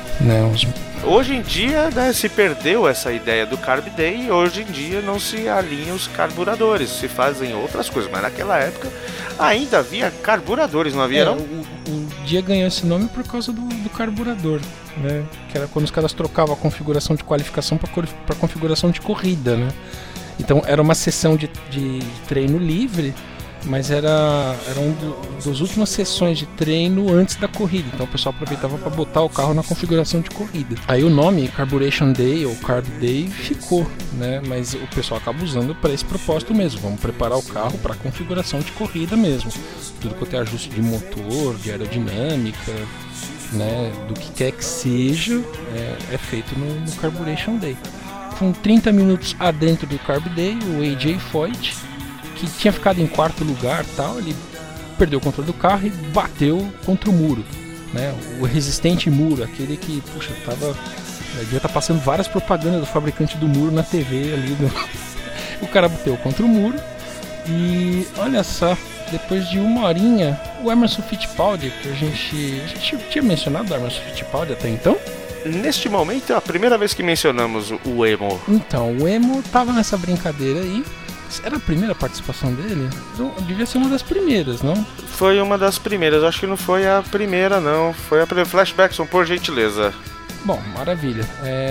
Hoje em dia, né, se perdeu essa ideia do Carb Day e hoje em dia não se alinham os carburadores, se fazem outras coisas, mas naquela época ainda havia carburadores, não havia não? O dia ganhou esse nome por causa do carburador, né? Que era quando os caras trocavam a configuração de qualificação para configuração de corrida, né? Então era uma sessão de treino livre, mas era das últimas sessões de treino antes da corrida, então o pessoal aproveitava para botar o carro na configuração de corrida. Aí o nome Carburation Day ou Carb Day ficou, né? Mas o pessoal acaba usando para esse propósito mesmo, vamos preparar o carro para configuração de corrida mesmo, tudo quanto é ajuste de motor, de aerodinâmica, né? Do que quer que seja, é feito no Carburation Day. Com 30 minutos adentro do Carb Day, o AJ Foyt, que tinha ficado em 4º lugar, tal, ele perdeu o controle do carro e bateu contra o muro, né? O resistente muro, aquele que, puxa, devia estar passando várias propagandas do fabricante do muro na TV ali. O cara bateu contra o muro e, olha só, depois de 1 horinha, o Emerson Fittipaldi, que a gente tinha mencionado o Emerson Fittipaldi até então. Neste momento é a primeira vez que mencionamos o Emo. Então, o Emo tava nessa brincadeira aí. Era a primeira participação dele? Devia ser uma das primeiras, não? Foi uma das primeiras, acho que não foi a primeira, não. Foi a primeira. Flashbackson, por gentileza. Bom, maravilha.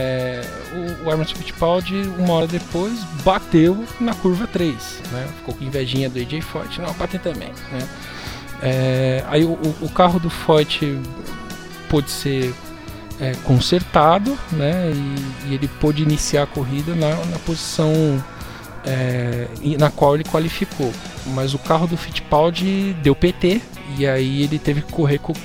O Emerson Fittipaldi, 1 hora depois, bateu na curva 3, né? Ficou com invejinha do AJ Foyt. Não, bater também, né? Aí o carro do Foyt pôde ser consertado, né? E ele pôde iniciar a corrida na posição na qual ele qualificou, mas o carro do Fittipaldi deu PT e aí ele teve que correr com o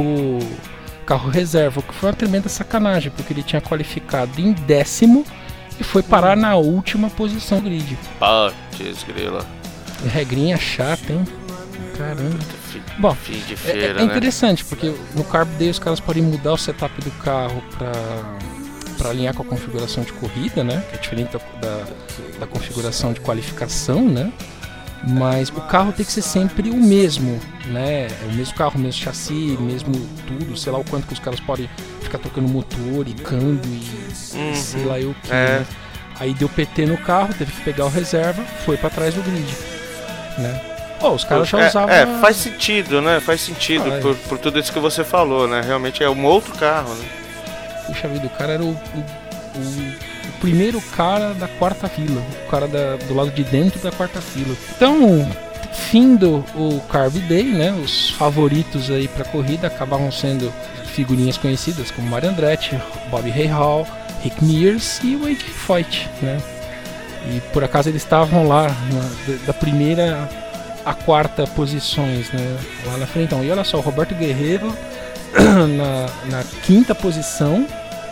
carro reserva, o que foi uma tremenda sacanagem, porque ele tinha qualificado em 10º e foi parar na última posição do grid. Putz, grila. Regrinha chata, hein? Caramba. Bom, fim de feira, é interessante, porque no Carb Day os caras podem mudar o setup do carro para alinhar com a configuração de corrida, né? Que é diferente da configuração de qualificação, né? Mas o carro tem que ser sempre o mesmo, né? É o mesmo carro, o mesmo chassi, mesmo tudo, sei lá o quanto que os caras podem ficar trocando motor e câmbio e sei lá o que. Né? Aí deu PT no carro, teve que pegar o reserva, foi para trás do grid, né? Os caras já usavam... faz sentido, né? Faz sentido por tudo isso que você falou, né? Realmente é um outro carro, né? Puxa vida, o cara era o primeiro cara da quarta fila, o cara do lado de dentro da quarta fila. Então, findo o Carb Day, né? Os favoritos aí pra corrida acabavam sendo figurinhas conhecidas como Mario Andretti, Bobby Rahal, Rick Mears e o AJ Foyt, né? E por acaso eles estavam lá da primeira a quarta posições, né? Lá na frente. Então, e olha só, o Roberto Guerreiro na quinta posição,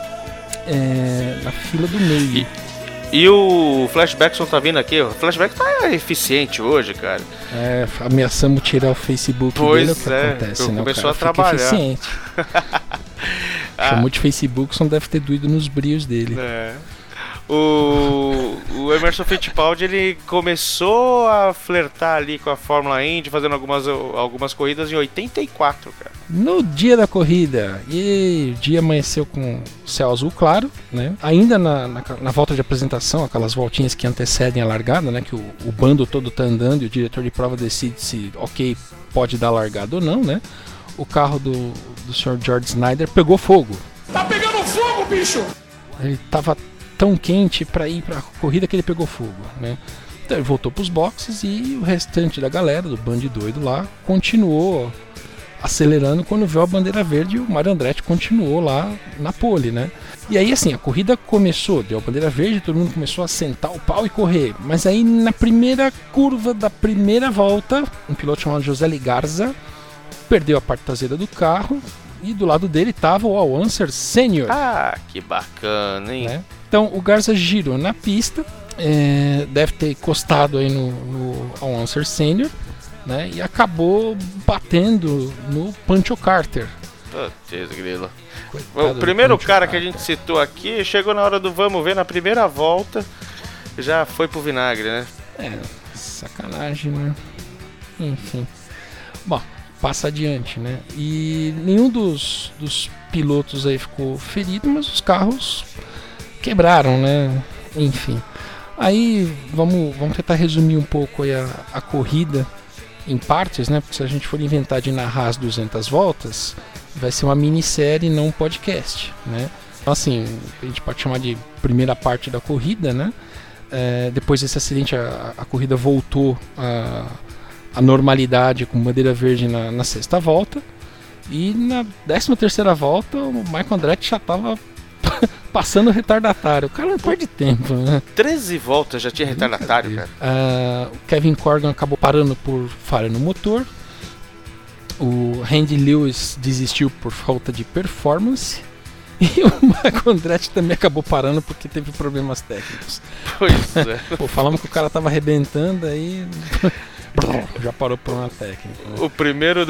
na fila do meio. E o Flashbackson tá vindo aqui, o Flashback tá eficiente hoje, cara. Ameaçamos tirar o Facebook dele, o que acontece, né? Começou a trabalhar. Eficiente. Chamou de Facebook, só não deve ter doído nos brios dele. O Emerson Fittipaldi, ele começou a flertar ali com a Fórmula Indy, fazendo algumas corridas em 84, cara. No dia da corrida, o dia amanheceu com céu azul claro, né? Ainda na volta de apresentação, aquelas voltinhas que antecedem a largada, né? Que o bando todo tá andando e o diretor de prova decide se, pode dar largada ou não, né? O carro do Sr. George Snyder pegou fogo. Tá pegando fogo, bicho! Ele tava tão quente para ir para a corrida que ele pegou fogo, né? Então ele voltou para os boxes e o restante da galera do bando doido lá continuou acelerando quando viu a bandeira verde. E o Mario Andretti continuou lá na pole, né? E aí assim, a corrida começou, deu a bandeira verde, todo mundo começou a sentar o pau e correr, mas aí na primeira curva da primeira volta, um piloto chamado José Garza perdeu a parte traseira do carro e do lado dele estava o Al Unser Sr. Ah, que bacana, hein? Né? Então o Garza girou na pista, deve ter encostado aí no Al Unser Sr., né? E acabou batendo no Pancho Carter. Putz, grilo. O primeiro cara que a gente citou aqui chegou na hora do vamos ver na primeira volta, já foi pro vinagre, né? Sacanagem, né? Enfim. Bom, passa adiante, né? E nenhum dos pilotos aí ficou ferido, mas os carros quebraram, né? Enfim. Aí vamos tentar resumir um pouco aí a corrida em partes, né? Porque se a gente for inventar de narrar as 200 voltas, vai ser uma minissérie, não um podcast, né? Então assim, a gente pode chamar de primeira parte da corrida, né? Depois desse acidente a corrida voltou a normalidade com bandeira verde na sexta volta, e na 13ª volta o Michael Andretti já estava passando retardatário. O cara não perde tempo, né? 13 voltas já tinha retardatário, cara. O Kevin Corgan acabou parando por falha no motor. O Randy Lewis desistiu por falta de performance. E o Michael Andretti também acabou parando porque teve problemas técnicos. Pois é. Pô, falamos que o cara tava arrebentando, aí já parou por uma técnica. Né? O primeiro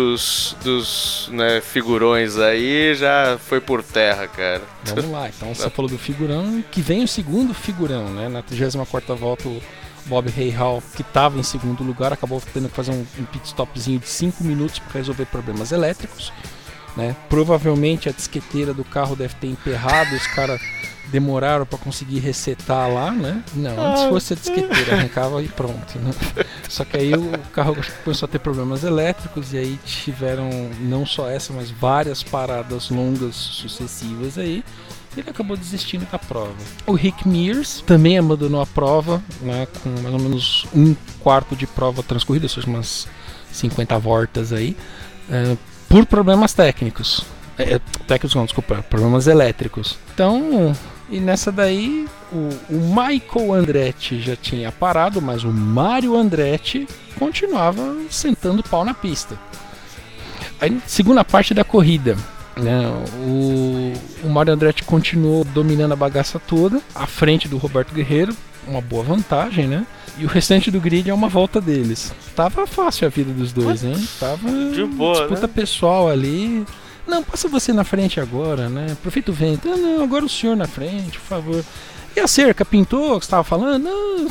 dos né, figurões aí já foi por terra, cara. Vamos lá, então você falou do figurão, que vem o segundo figurão, né? Na 34ª volta o Bob Rahal, que estava em segundo lugar, acabou tendo que fazer um pit stopzinho de 5 minutos para resolver problemas elétricos, né? Provavelmente a disqueteira do carro deve ter emperrado, os caras demoraram para conseguir resetar lá, né? Não, antes fosse a disqueteira, arrancava e pronto, né? Só que aí o carro começou a ter problemas elétricos e aí tiveram não só essa, mas várias paradas longas sucessivas aí. Ele acabou desistindo da prova. O Rick Mears também abandonou a prova, né, com mais ou menos 1/4 de prova transcorrida, ou seja, umas 50 voltas aí, por problemas técnicos. Problemas elétricos. Então, e nessa daí, o Michael Andretti já tinha parado, mas o Mario Andretti continuava sentando pau na pista. Aí, segunda parte da corrida, né, o Mario Andretti continuou dominando a bagaça toda, à frente do Roberto Guerreiro, uma boa vantagem, né? E o restante do grid é uma volta deles. Tava fácil a vida dos dois, hein? Tava de boa, disputa, né? Pessoal ali. Não, passa você na frente agora, né? Aproveita o vento. Não, agora o senhor na frente, por favor. E a cerca pintou, que você estava falando? Não.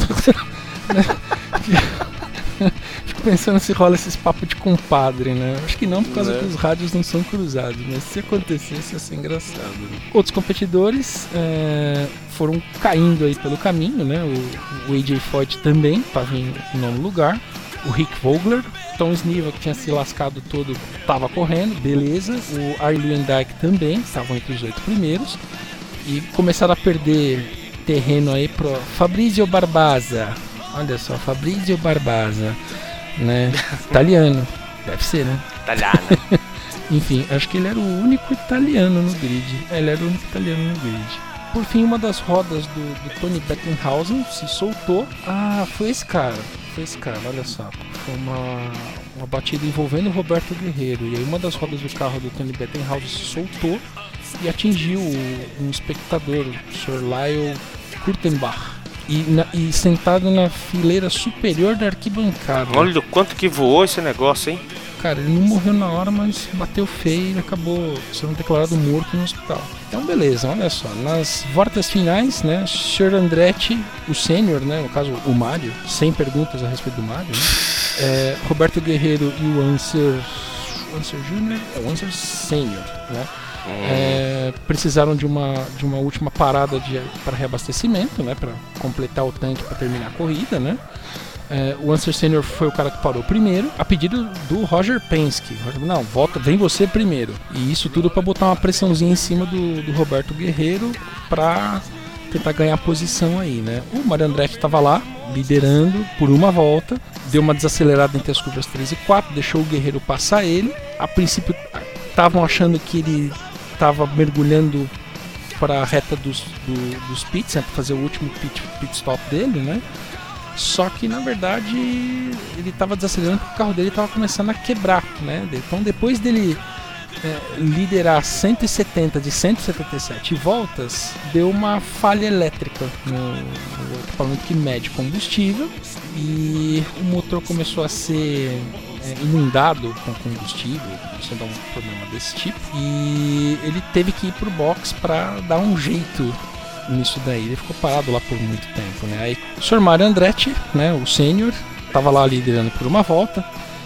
Fico pensando se rola esses papos de compadre, né? Acho que não, por causa que os rádios não são cruzados, mas se acontecesse ia ser engraçado. Né? Outros competidores foram caindo aí pelo caminho, né? O AJ Foyt também estava em 9º lugar. o Rick Vogler, Tom Sniva, que tinha se lascado todo, estava correndo, beleza. O Arie Luyendyk também, estavam entre os 8 primeiros. E começaram a perder terreno aí pro Fabrizio Barbazza. Olha só, Fabrizio Barbazza, né? Italiano, deve ser, né? Italiano. Enfim, acho que ele era o único italiano no grid. Ele era o único italiano no grid. Por fim, uma das rodas do Tony Bettenhausen se soltou. Ah, foi esse cara, olha só. Foi uma batida envolvendo o Roberto Guerreiro. E aí uma das rodas do carro do Tony Bettenhausen se soltou e atingiu um espectador, o Sr. Lyle Kurtenbach. E sentado na fileira superior da arquibancada. Olha o quanto que voou esse negócio, hein? Cara, ele não morreu na hora, mas bateu feio e acabou sendo declarado morto no hospital. Então beleza, olha só, nas voltas finais, né, Sr. Andretti, o sênior, né, no caso o Mário, sem perguntas a respeito do Mário, né, Roberto Guerreiro e o Unser Júnior, o Unser Sênior, né, precisaram de uma última parada para reabastecimento, né, para completar o tanque para terminar a corrida, né. O Unser Sênior foi o cara que parou primeiro, a pedido do Roger Penske. Não, volta, vem você primeiro. E isso tudo para botar uma pressãozinha em cima do Roberto Guerreiro para tentar ganhar posição aí, né? O Mario Andretti estava lá, liderando por uma volta, deu uma desacelerada entre as curvas 3 e 4, deixou o Guerreiro passar ele. A princípio estavam achando que ele estava mergulhando para a reta dos pits, né, para fazer o último pit stop dele, né? Só que na verdade ele estava desacelerando porque o carro dele estava começando a quebrar, né? Então depois dele liderar 170 de 177 voltas, deu uma falha elétrica no equipamento que mede combustível e o motor começou a ser inundado com combustível, começou a dar um problema desse tipo e ele teve que ir pro box para dar um jeito nisso daí. Ele ficou parado lá por muito tempo, né? Aí o Sr. Mario Andretti, né, o sênior, estava lá liderando por uma volta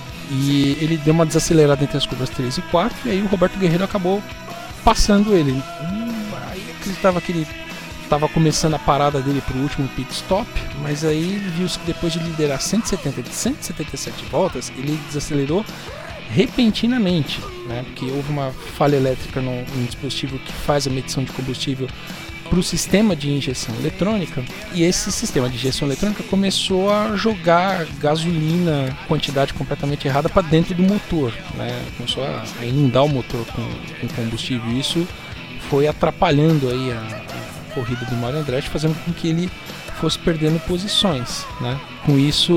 e ele deu uma desacelerada entre as curvas 3 e 4 e aí o Roberto Guerreiro acabou passando ele. Aí acreditava que ele estava começando a parada dele para o último pit stop, mas aí viu-se que depois de liderar 170 de 177 voltas, ele desacelerou repentinamente, né? Porque houve uma falha elétrica no dispositivo que faz a medição de combustível para o sistema de injeção eletrônica, e esse sistema de injeção eletrônica começou a jogar gasolina, quantidade completamente errada, para dentro do motor, né? Começou a inundar o motor com combustível, e isso foi atrapalhando aí a corrida do Mario Andretti, fazendo com que ele fosse perdendo posições, né? Com isso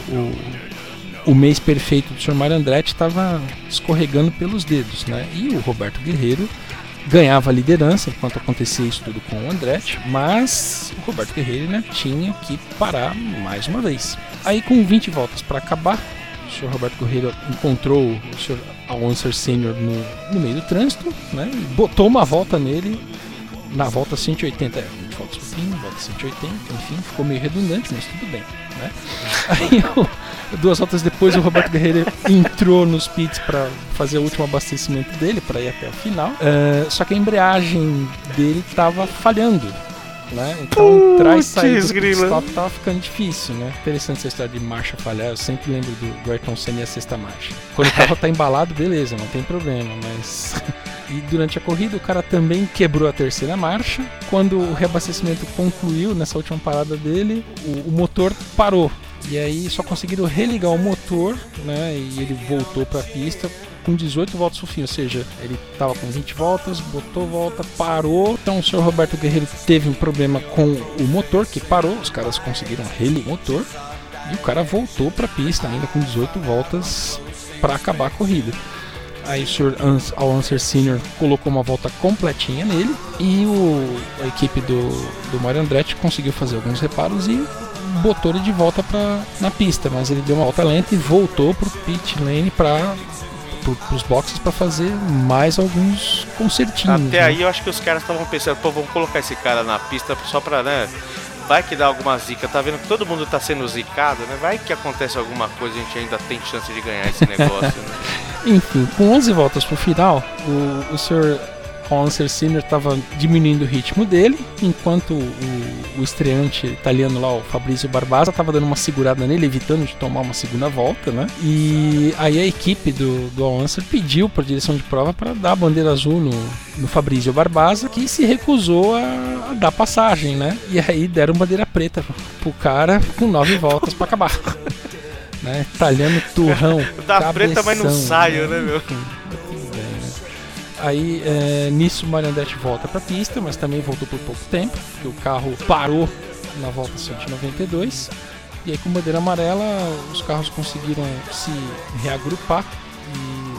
o mês perfeito do Sr. Mario Andretti estava escorregando pelos dedos, né? E o Roberto Guerreiro ganhava a liderança enquanto acontecia isso tudo com o Andretti, mas o Roberto Guerreiro, né, tinha que parar mais uma vez. Aí com 20 voltas para acabar, o Sr. Roberto Guerreiro encontrou o Sr. Unser Sênior no meio do trânsito, né, e botou uma volta nele na volta 180, 20 voltas por fim, volta 180, enfim, ficou meio redundante, mas tudo bem, né. Aí 2 voltas depois o Roberto Guerreiro entrou nos pits para fazer o último abastecimento dele, para ir até o final, só que a embreagem dele estava falhando, né? Então entrar e sair do pit stop estava ficando difícil, né? Interessante essa história de marcha falhar, eu sempre lembro do Ayrton Senna e a sexta marcha. Quando o carro está embalado, beleza, não tem problema, mas... E durante a corrida o cara também quebrou a terceira marcha. Quando o reabastecimento concluiu, nessa última parada dele, o motor parou. E aí só conseguiram religar o motor, né, e ele voltou para a pista com 18 voltas no fim, ou seja, ele estava com 20 voltas, botou volta, parou. Então o Sr. Roberto Guerreiro teve um problema com o motor, que parou, os caras conseguiram religar o motor, e o cara voltou para a pista ainda com 18 voltas para acabar a corrida. Aí o Sr. Unser Sênior colocou uma volta completinha nele, e a equipe do Mario Andretti conseguiu fazer alguns reparos e botou ele de volta na pista, mas ele deu uma volta lenta e voltou pro pit lane pros boxes para fazer mais alguns concertinhos. Até aí eu acho que os caras estavam pensando, pô, vamos colocar esse cara na pista só pra, né, vai que dá alguma zica, tá vendo que todo mundo tá sendo zicado, né, vai que acontece alguma coisa, a gente ainda tem chance de ganhar esse negócio, né? Enfim, com 11 voltas pro final, o Sr. O Answer Sinner estava diminuindo o ritmo dele, enquanto o estreante italiano lá, o Fabrizio Barbazza, estava dando uma segurada nele, evitando de tomar uma segunda volta, né? E aí a equipe do Al Answer pediu para a direção de prova para dar a bandeira azul no Fabrizio Barbazza, que se recusou a dar passagem, né? E aí deram bandeira preta pro cara com 9 voltas para acabar. Né? Italiano turrão. Dá cabeção, preta, mas não saio, né, meu? Aí, nisso, o Mario Andretti volta pra pista, mas também voltou por pouco tempo, porque o carro parou na volta 192. E aí, com bandeira amarela, os carros conseguiram se reagrupar e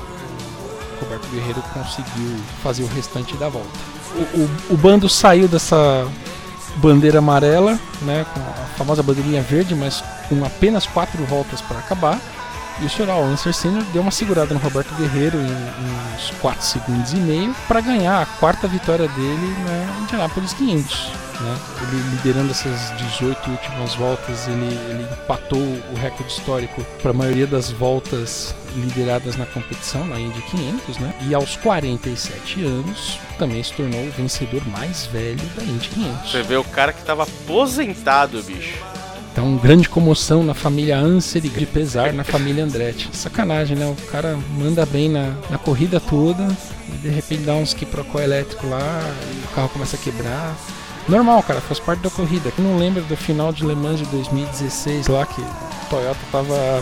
o Roberto Guerreiro conseguiu fazer o restante da volta. O bando saiu dessa bandeira amarela, né, com a famosa bandeirinha verde, mas com apenas 4 voltas para acabar. E o Sr. Al Unser Sr. deu uma segurada no Roberto Guerreiro em uns 4 segundos e meio para ganhar a 4ª vitória dele na Indianapolis 500. Né? Ele liderando essas 18 últimas voltas, ele empatou o recorde histórico para a maioria das voltas lideradas na competição, na Indy 500, né? E aos 47 anos também se tornou o vencedor mais velho da Indy 500. Você vê o cara que estava aposentado, bicho. Então, grande comoção na família Unser e de pesar na família Andretti. Sacanagem, né? O cara manda bem na corrida toda e de repente dá uns quiprocó elétrico lá e o carro começa a quebrar. Normal, cara, faz parte da corrida. Quem não lembra do final de Le Mans de 2016 lá, que o Toyota tava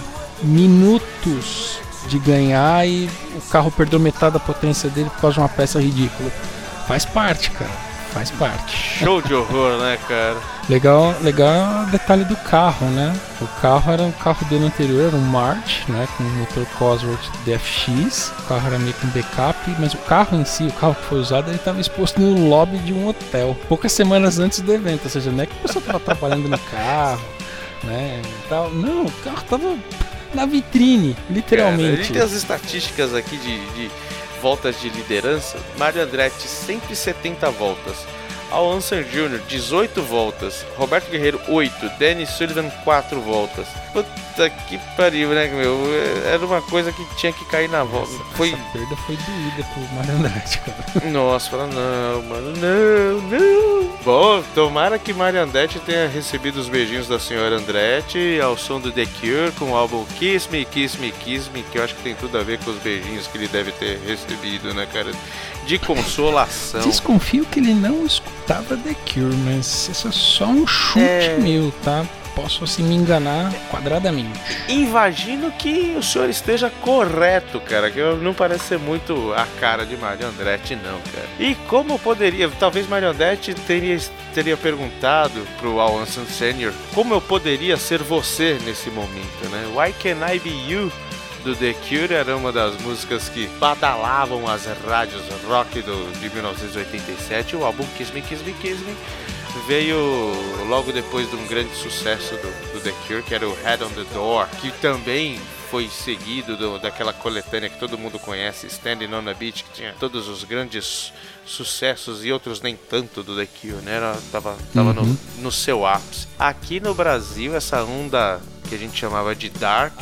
minutos de ganhar e o carro perdeu metade da potência dele por causa de uma peça ridícula. Faz parte, cara. Faz parte. Show de horror, né, cara? Legal o detalhe do carro, né? O carro era um carro do ano anterior, era um March, né? Com um motor Cosworth DFX. O carro era meio que um backup, mas o carro em si, o carro que foi usado, ele estava exposto no lobby de um hotel, poucas semanas antes do evento. Ou seja, não é que a pessoa estava trabalhando no carro, né? E tal. Não, o carro estava na vitrine, literalmente. Cara, a gente tem as estatísticas aqui de voltas de liderança. Mario Andretti 170 voltas, Al Unser Jr. 18 voltas, Roberto Guerreiro 8, Dennis Sullivan 4 voltas. Puta que pariu, né, meu? Era uma coisa que tinha que cair na volta. Essa perda foi doída pro Mario Andretti, cara. Nossa, fala não, mano, não. Bom, tomara que Mario Andretti tenha recebido os beijinhos da senhora Andretti ao som do The Cure com o álbum Kiss Me, Kiss Me, Kiss Me, que eu acho que tem tudo a ver com os beijinhos que ele deve ter recebido, né, cara? De consolação. Desconfio que ele não escutava The Cure, mas isso é só um chute meu, tá? Posso assim me enganar quadradamente. Imagino que o senhor esteja correto, cara, que não parece ser muito a cara de Mario Andretti, não, cara. E como poderia, talvez Mario Andretti teria perguntado pro Al Unser Sr. como eu poderia ser você nesse momento, né? Why Can I Be You? Do The Cure era uma das músicas que badalavam as rádios rock de 1987. O álbum Kiss Me, Kiss Me, Kiss Me veio logo depois de um grande sucesso do The Cure, que era o Head on the Door, que também foi seguido daquela coletânea que todo mundo conhece, Standing on the Beach, que tinha todos os grandes sucessos e outros nem tanto do The Cure, né? Tava no seu ápice. Aqui no Brasil, essa onda que a gente chamava de Dark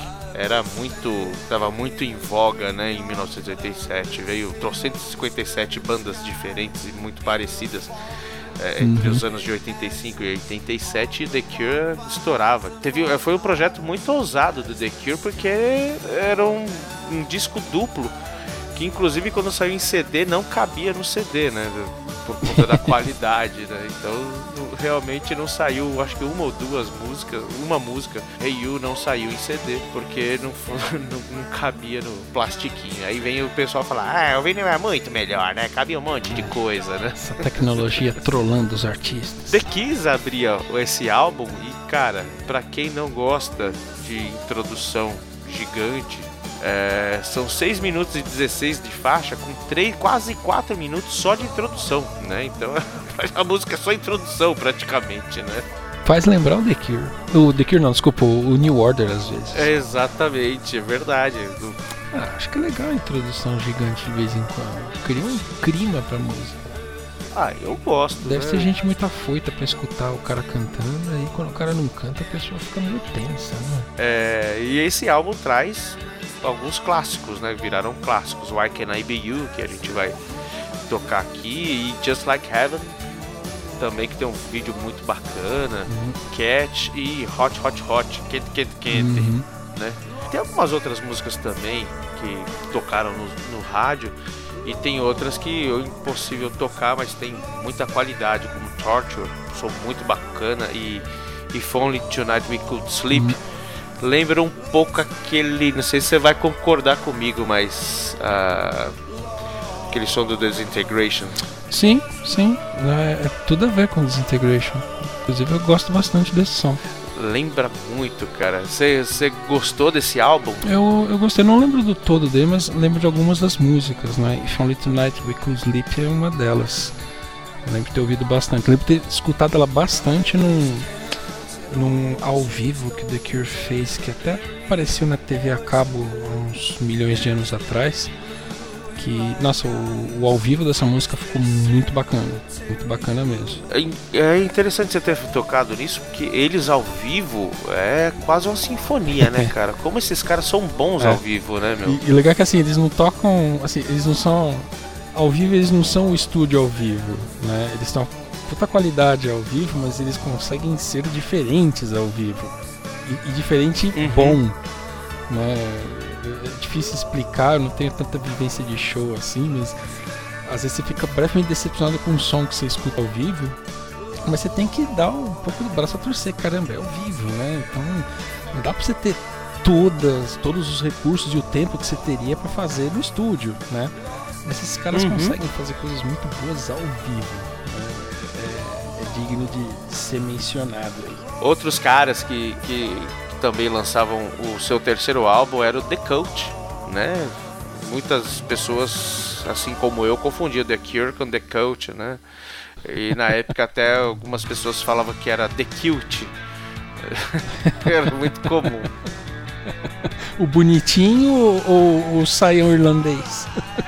estava muito em voga, né, em 1987. Veio 357 bandas diferentes e muito parecidas entre os anos de 85 e 87, e The Cure estourava. Foi um projeto muito ousado do The Cure, porque era um disco duplo, que inclusive quando saiu em CD não cabia no CD, né, por conta da qualidade, né? Então realmente não saiu, acho que uma ou duas músicas, uma música, Hey You, não saiu em CD, porque não cabia no plastiquinho. Aí vem o pessoal falar, o vinil é muito melhor, né? Cabia um monte de coisa, né? Essa tecnologia trolando os artistas. The Kiss abria esse álbum e, cara, pra quem não gosta de introdução gigante, são 6 minutos e 16 de faixa, com quase 4 minutos só de introdução, né? Então a música é só introdução praticamente, né? Faz lembrar o The Cure. O The Cure não, desculpa, o New Order às vezes. Exatamente, é verdade. Acho que é legal a introdução gigante de vez em quando. Cria um clima pra música. Eu gosto. Deve ser gente muito afoita pra escutar o cara cantando, aí quando o cara não canta a pessoa fica meio tensa, né? E esse álbum traz alguns clássicos, né? Viraram clássicos. Why Can I Be You, que a gente vai tocar aqui, e Just Like Heaven também, que tem um vídeo muito bacana. Cat e Hot Hot Hot, Quente, né? Tem algumas outras músicas também que tocaram no rádio, e tem outras que é impossível tocar, mas tem muita qualidade, como Torture, som muito bacana, e If Only Tonight We Could Sleep. Lembra um pouco aquele, não sei se você vai concordar comigo, mas aquele som do Disintegration. Sim, é tudo a ver com Disintegration. Inclusive eu gosto bastante desse som. Lembra muito, cara. Você gostou desse álbum? Eu gostei, não lembro do todo dele, mas lembro de algumas das músicas, né? If Only Tonight We Could Sleep é uma delas. Eu lembro de ter ouvido bastante. Eu lembro de ter escutado ela bastante num ao vivo que The Cure fez, que até apareceu na TV a cabo uns milhões de anos atrás. Que, nossa, o ao vivo dessa música ficou muito bacana mesmo. É interessante você ter tocado nisso, porque eles ao vivo é quase uma sinfonia, né, cara? Como esses caras são bons ao vivo, né, meu? E legal que assim, eles não tocam, assim, eles não são ao vivo, eles não são o estúdio ao vivo, né? Eles têm puta qualidade ao vivo, mas eles conseguem ser diferentes ao vivo. E diferente bom, né? É difícil explicar, eu não tenho tanta vivência de show assim, mas às vezes você fica brevemente decepcionado com o som que você escuta ao vivo, mas você tem que dar um pouco do braço a torcer, caramba, é ao vivo, né? Então não dá pra você ter todos os recursos e o tempo que você teria pra fazer no estúdio, né? Mas esses caras conseguem fazer coisas muito boas ao vivo, né? É digno de ser mencionado aí. Outros caras que também lançavam o seu terceiro álbum era o The Cult, né? Muitas pessoas, assim como eu, confundiam The Cure com The Cult, né? E na época até algumas pessoas falavam que era The Cult. Era muito comum. O bonitinho ou o saião irlandês?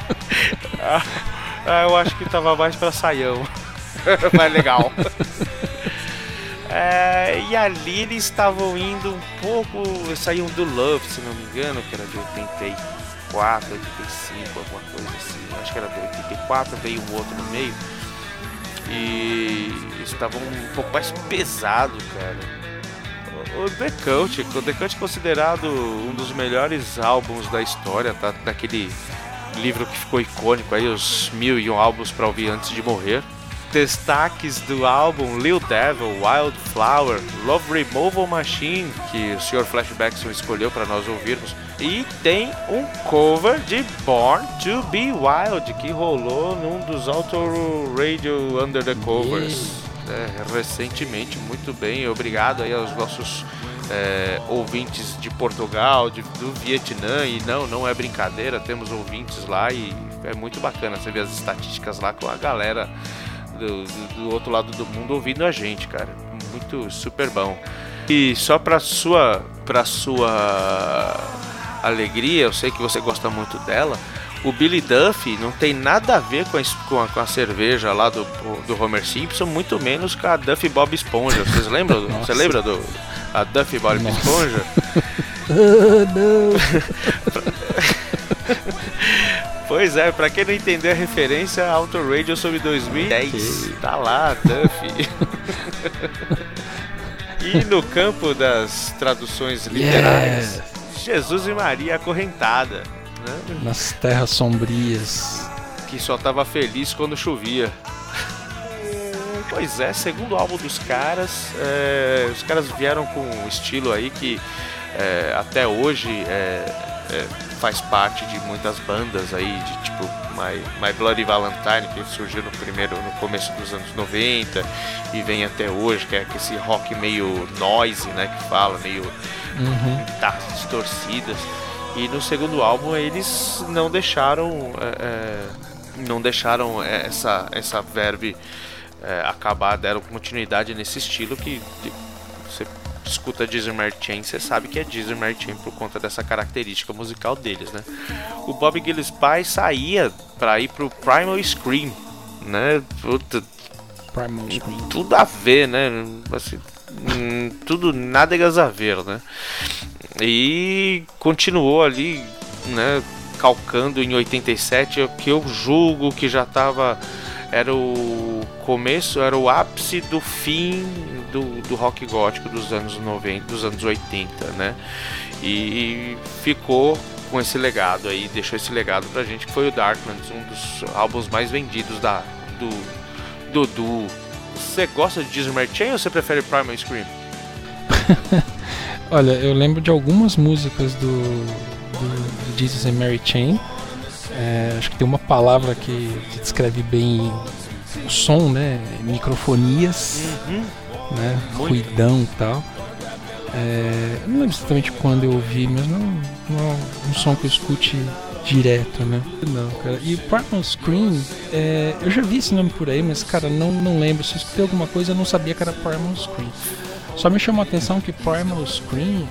Eu acho que tava mais pra saião. Mais legal. E ali eles estavam indo um pouco, saíam do Love, se não me engano, que era de 84, 85, alguma coisa assim. Acho que era de 84, veio um outro no meio. E estavam um pouco mais pesado, cara. O The Cult é considerado um dos melhores álbuns da história, tá? Daquele livro que ficou icônico aí, os 1001 álbuns pra ouvir antes de morrer. Destaques do álbum: Lil Devil, Wildflower, Love Removal Machine, que o Sr. Flashbackson escolheu para nós ouvirmos, e tem um cover de Born to Be Wild que rolou num dos Auto Radio Under the Covers recentemente. Muito bem, obrigado aí aos nossos ouvintes de Portugal, do Vietnã, e não é brincadeira, temos ouvintes lá e é muito bacana você ver as estatísticas lá com a galera do outro lado do mundo ouvindo a gente, cara. Muito super bom. E só pra sua alegria, eu sei que você gosta muito dela, o Billy Duffy não tem nada a ver com a cerveja lá do Homer Simpson, muito menos com a Duffy Bob Esponja. Vocês lembram? Você lembra a Duffy Bob Esponja? Não. Pois é, pra quem não entendeu a referência, Auto Radio sobre 2010, tá lá, Duffy. E no campo das traduções literais, Jesus e Maria acorrentada, né? Nas terras sombrias. Que só tava feliz quando chovia. Pois é, segundo álbum dos caras, os caras vieram com um estilo aí que até hoje faz parte de muitas bandas aí, de tipo My Bloody Valentine, que surgiu no começo dos anos 90 e vem até hoje, que é esse rock meio noise, né, que fala, meio guitarras distorcidas. E no segundo álbum eles não deixaram essa verve acabar, deram continuidade nesse estilo que você escuta Geezer Mary Chain, você sabe que é Geezer Mary Chain por conta dessa característica musical deles, né? O Bob Gillespie saía pra ir pro Primal Scream, né? Primal Scream. Tudo a ver, né? Assim, tudo nádegas a ver, né? E continuou ali né, calcando em 87, que eu julgo que já estava... Era o começo, era o ápice do fim do rock gótico dos anos 90, dos anos 80, né? E ficou com esse legado aí, deixou esse legado pra gente, que foi o Darklands, um dos álbuns mais vendidos do duo. Você gosta de Jesus Mary Chain ou você prefere Primal Scream? Olha, eu lembro de algumas músicas do Jesus and Mary Chain. Acho que tem uma palavra que descreve bem o som, né? Microfonias, né? Ruidão e tal. Eu não lembro exatamente quando eu ouvi, mas não é um som que eu escute direto, né? Não, cara. E Primal Scream, eu já vi esse nome por aí, mas, cara, não lembro. Se eu escutei alguma coisa, eu não sabia que era Primal Scream. Só me chamou a atenção que Primal Scream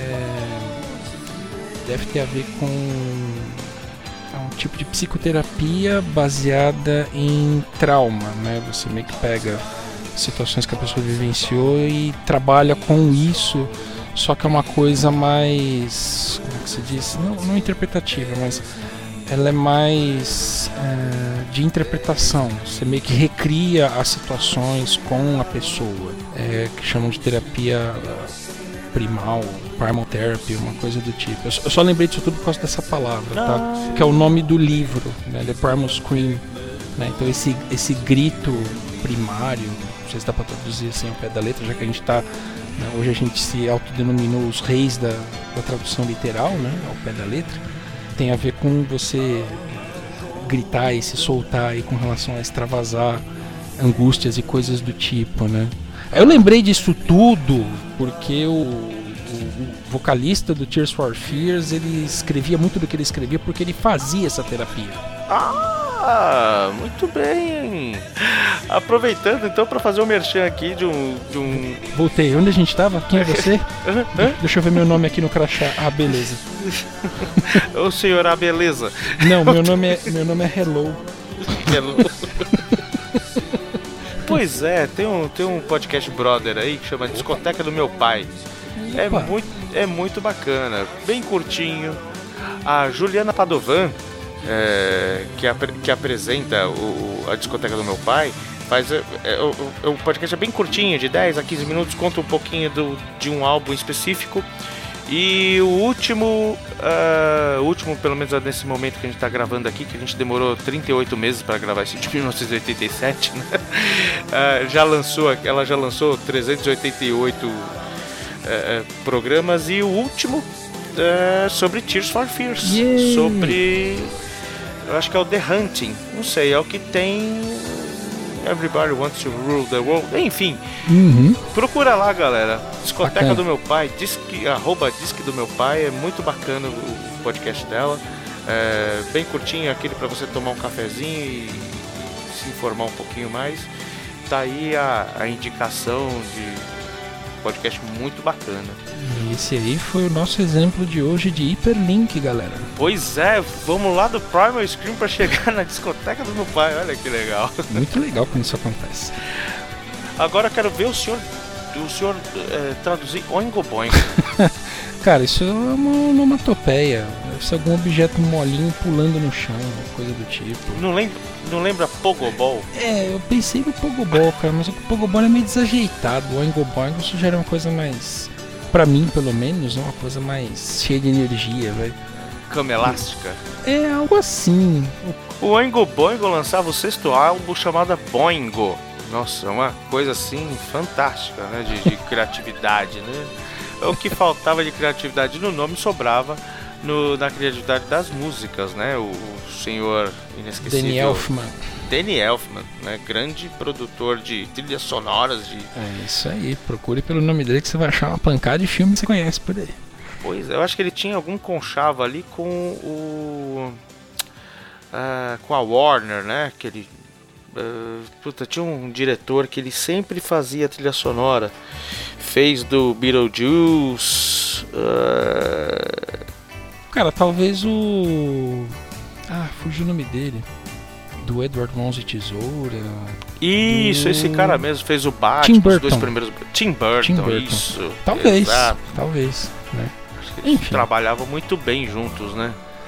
deve ter a ver com um tipo de psicoterapia baseada em trauma, né? Você meio que pega situações que a pessoa vivenciou e trabalha com isso, só que é uma coisa mais, como que se diz? Não interpretativa, mas ela é mais de interpretação. Você meio que recria as situações com a pessoa, que chamam de terapia primal, primal therapy, uma coisa do tipo. Eu só lembrei disso tudo por causa dessa palavra, tá? Que é o nome do livro, né? The Primal Scream, né? Então esse grito primário, não sei se dá para traduzir assim ao pé da letra, já que a gente tá, né? Hoje a gente se autodenominou os reis da tradução literal, né? Ao pé da letra. Tem a ver com você gritar e se soltar aí com relação a extravasar angústias e coisas do tipo, né? Eu lembrei disso tudo porque o vocalista do Tears for Fears, ele escrevia muito do que ele escrevia porque ele fazia essa terapia. Muito bem. Aproveitando então para fazer um merchan aqui de um... Voltei. Onde a gente tava? Quem é você? Deixa eu ver meu nome aqui no crachá. Ah, beleza. Ô senhor, beleza. Não, meu nome é Hello. Hello. Pois tem um podcast brother aí que chama Discoteca do Meu Pai. É muito bacana, bem curtinho. A Juliana Padovan, que apresenta a Discoteca do Meu Pai, o podcast é bem curtinho, de 10 a 15 minutos, conta um pouquinho de um álbum específico. E o último, pelo menos nesse momento que a gente está gravando aqui, que a gente demorou 38 meses para gravar esse de 1987, né? Ela já lançou 388 programas, e o último sobre Tears for Fears. Yeah. Sobre, eu acho que é o The Hunting, não sei, é o que tem Everybody Wants to Rule the World, enfim. Procura lá, galera, Discoteca bacana. Do Meu Pai, Disque do Meu Pai, é muito bacana o podcast dela, bem curtinho, aquele para você tomar um cafezinho e se informar um pouquinho mais. Tá aí a indicação de podcast muito bacana. E esse aí foi o nosso exemplo de hoje de hiperlink, galera. Pois vamos lá do Primal Scream pra chegar na Discoteca do Meu Pai, olha que legal. Muito legal quando isso acontece. Agora eu quero ver o senhor traduzir Oingo Boingo. Cara, isso é uma onomatopeia. Deve ser algum objeto molinho pulando no chão, coisa do tipo. Não lembra Pogobol? Eu pensei no Pogobol, cara, mas o Pogobol é meio desajeitado. O Oingo Boingo sugere uma coisa mais, pra mim pelo menos, uma coisa mais cheia de energia, velho. Cama elástica? É algo assim. O Oingo Boingo lançava o 6º álbum chamado Boingo. Nossa, uma coisa assim fantástica, né? De criatividade, né? O que faltava de criatividade no nome sobrava na criatividade das músicas, né? O senhor inesquecível Danny Elfman, né? Grande produtor de trilhas sonoras de... É isso aí, procure pelo nome dele que você vai achar uma pancada de filme que você conhece por aí. Pois, eu acho que ele tinha algum conchavo ali com com a Warner, né? Que ele... tinha um diretor que ele sempre fazia trilha sonora. Fez do Beetlejuice. Cara, talvez o... fugiu o nome dele. Do Edward Mãos e Tesoura. Isso, esse cara mesmo. Fez o Batman, os dois primeiros. Tim Burton, isso. Talvez, né? Acho que eles trabalhavam muito bem juntos, né?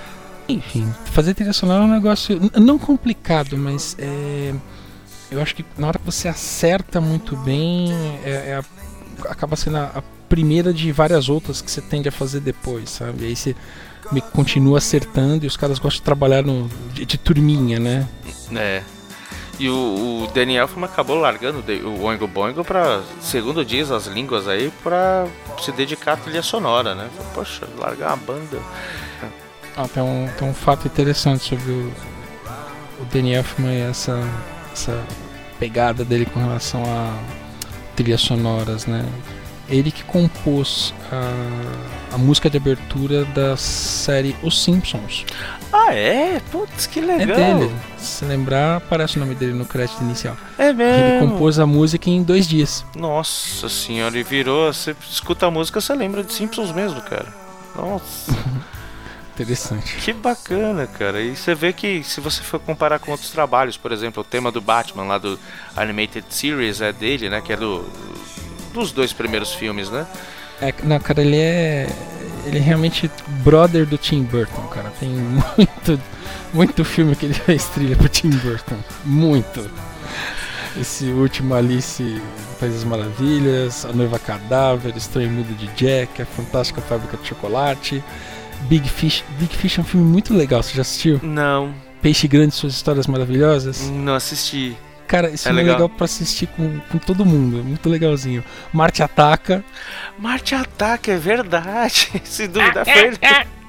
Enfim, fazer trilha sonora é um negócio não complicado, mas eu acho que na hora que você acerta muito bem, acaba sendo a primeira de várias outras que você tende a fazer depois, sabe? E aí você continua acertando e os caras gostam de trabalhar de turminha, né? E o Danny Elfman acabou largando o Oingo Boingo pra, segundo diz as línguas aí, pra se dedicar à trilha sonora, né? Poxa, largar uma banda. Tem um fato interessante sobre o Danny Elfman e essa pegada dele com relação a trilhas sonoras, né? Ele que compôs a música de abertura da série Os Simpsons. Ah, é? Putz, que legal. É dele. Se lembrar, aparece o nome dele no crédito inicial. É mesmo? Ele compôs a música em 2 dias. Nossa senhora, e virou... Você escuta a música, você lembra de Simpsons mesmo, cara. Nossa. Interessante. Que bacana, cara. E você vê que se você for comparar com outros trabalhos, por exemplo, o tema do Batman lá do Animated Series é dele, né? Que é dos 2 primeiros filmes, né? Não, cara, ele é realmente brother do Tim Burton, cara. Tem muito filme que ele fez trilha pro Tim Burton. Muito. Esse último, Alice no País das Maravilhas, A Noiva Cadáver, Estranho Mundo de Jack, A Fantástica Fábrica de Chocolate, Big Fish. Big Fish é um filme muito legal, você já assistiu? Não. Peixe Grande e Suas Histórias Maravilhosas? Não assisti. Cara, esse filme é legal pra assistir com todo mundo, é muito legalzinho. Marte Ataca. Marte Ataca, é verdade. Se duvidar foi ele.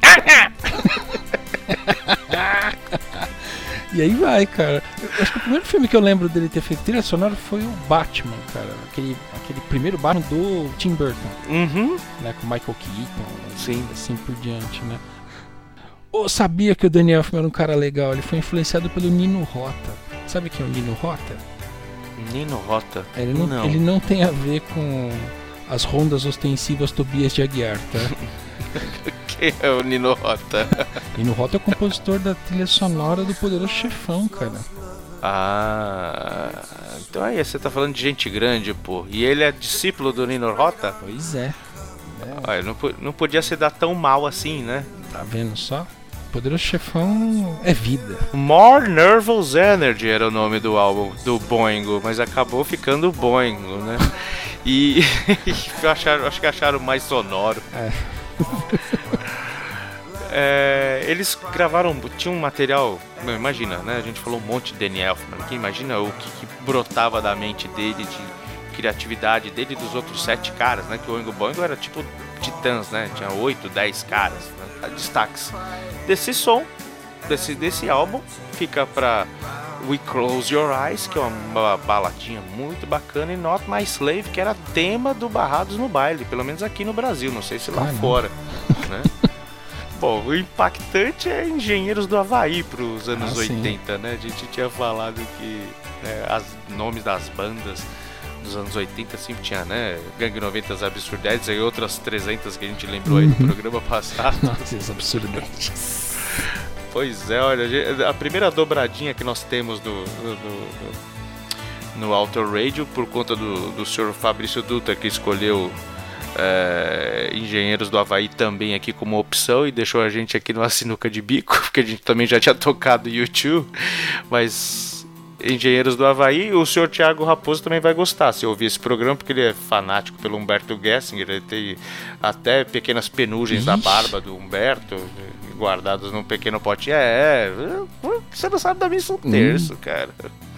E aí vai, cara. Eu acho que o primeiro filme que eu lembro dele ter feito trilha sonora foi o Batman, cara. Aquele primeiro Batman do Tim Burton. Uhum. Né, com Michael Keaton. Sim. Assim por diante, né? Eu sabia que o Danny Elfman era um cara legal. Ele foi influenciado pelo Nino Rota. Sabe quem é o Nino Rota? Nino Rota? Ele não tem a ver com as rondas ostensivas Tobias de Aguiar, tá? Quem é o Nino Rota? Nino Rota é o compositor da trilha sonora do Poderoso Chefão, cara. Ah, então aí você tá falando de gente grande, pô. E ele é discípulo do Nino Rota? Pois é. Olha, não podia se dar tão mal assim, né? Tá vendo só? Poderoso Chefão é vida. More Nervous Energy era o nome do álbum, do Boingo, mas acabou ficando Boingo, né? E acho que acharam mais sonoro. Eles gravaram, tinha um material, imagina, né? A gente falou um monte de Danny Elfman aqui, imagina o que brotava da mente dele, de criatividade dele e dos outros 7 caras, né? Que o Oingo Boingo era tipo titãs, né? Tinha 8, 10 caras, né? Destaques. Desse som, desse álbum, fica pra We Close Your Eyes, que é uma baladinha muito bacana, e Not My Slave, que era tema do Barrados no Baile, pelo menos aqui no Brasil, não sei se lá fora, né? Bom, o impactante é Engenheiros do Havaí pros anos 80, né? A gente tinha falado que os nomes das bandas dos anos 80 sempre tinha, né? Gangue 90 Absurdetes e outras 300 que a gente lembrou aí no programa passado. Nossa, esses absurdetes. Pois é, olha, a primeira dobradinha que nós temos no Auto Radio, por conta do senhor Fabrício Dutra, que escolheu Engenheiros do Havaí também aqui como opção e deixou a gente aqui numa sinuca de bico, porque a gente também já tinha tocado YouTube, mas Engenheiros do Havaí, o senhor Thiago Raposo também vai gostar se ouvir esse programa, porque ele é fanático pelo Humberto Gessinger, ele tem até pequenas penugens da barba do Humberto guardadas num pequeno potinho. Você não sabe da missa um terço, cara.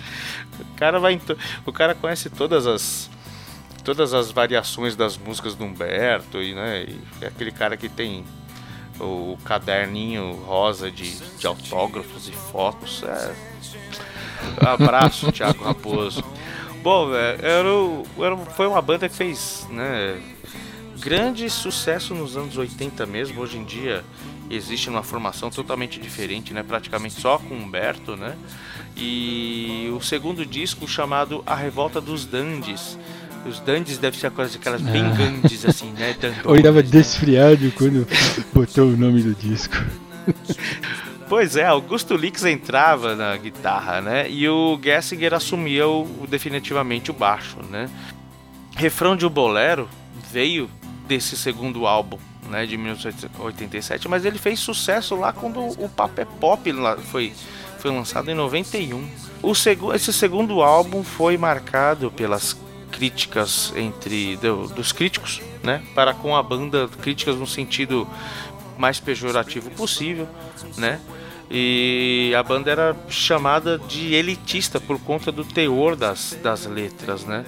O cara conhece todas as variações das músicas do Humberto, e é aquele cara que tem o caderninho rosa de autógrafos e fotos. Abraço, Thiago Raposo. Bom, foi uma banda que fez, né, grande sucesso nos anos 80 mesmo. Hoje em dia existe uma formação totalmente diferente, né, praticamente só com Humberto, né? E o segundo disco, chamado A Revolta dos Dandies. Os Dandies devem ser aquelas bem grandes assim, né? Ou ele tava desfriado quando botou o nome do disco. Pois é, Augusto Lix entrava na guitarra, né? E o Gessinger assumia definitivamente o baixo, né? Refrão de O Bolero veio desse segundo álbum, né, de 1987, mas ele fez sucesso lá quando o Papé Pop foi lançado em 91. Esse segundo álbum foi marcado pelas críticas dos críticos, né, para com a banda, críticas no sentido mais pejorativo possível, né, e a banda era chamada de elitista por conta do teor das letras, né,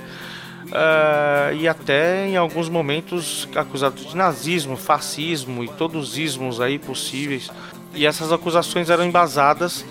e até em alguns momentos acusado de nazismo, fascismo e todos os ismos aí possíveis, e essas acusações eram embasadas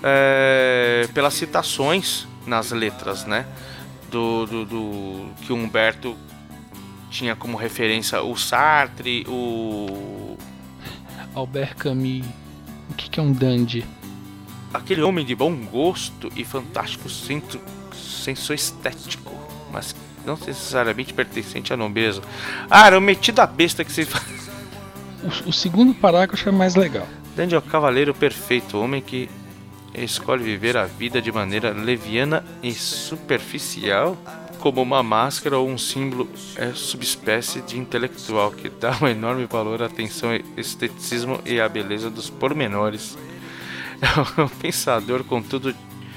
pelas citações nas letras, né, do que o Humberto tinha como referência o Sartre, o Albert Camus. O que é um dandy? Aquele homem de bom gosto e fantástico senso estético, mas não necessariamente pertencente à nobreza. Era o metido a besta que se O segundo parágrafo é mais legal. Dandy é o cavaleiro perfeito, o homem que escolhe viver a vida de maneira leviana e superficial, como uma máscara ou um símbolo, subespécie de intelectual que dá um enorme valor à atenção, esteticismo e à beleza dos pormenores. É um pensador, contudo,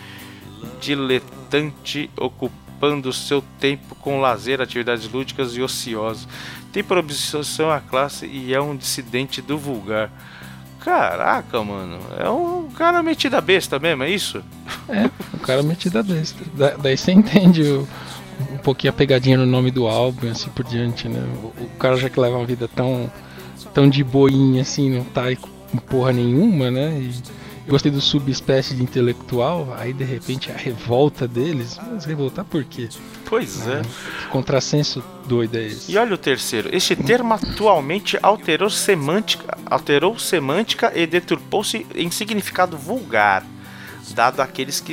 diletante, ocupando seu tempo com lazer, atividades lúdicas e ociosas. Tem por obsessão a classe e é um dissidente do vulgar. Caraca, mano, é um cara metido a besta mesmo, é isso? Um cara metido a besta. Daí você entende um pouquinho a pegadinha no nome do álbum e assim por diante, né? O cara já que leva uma vida tão de boinha assim, não tá com porra nenhuma, né? E eu gostei do subespécie de intelectual, aí de repente a revolta deles. Mas revoltar por quê? Pois é. Que contrassenso doido é esse? E olha o terceiro. Este termo atualmente alterou semântica e deturpou-se em significado vulgar, dado aqueles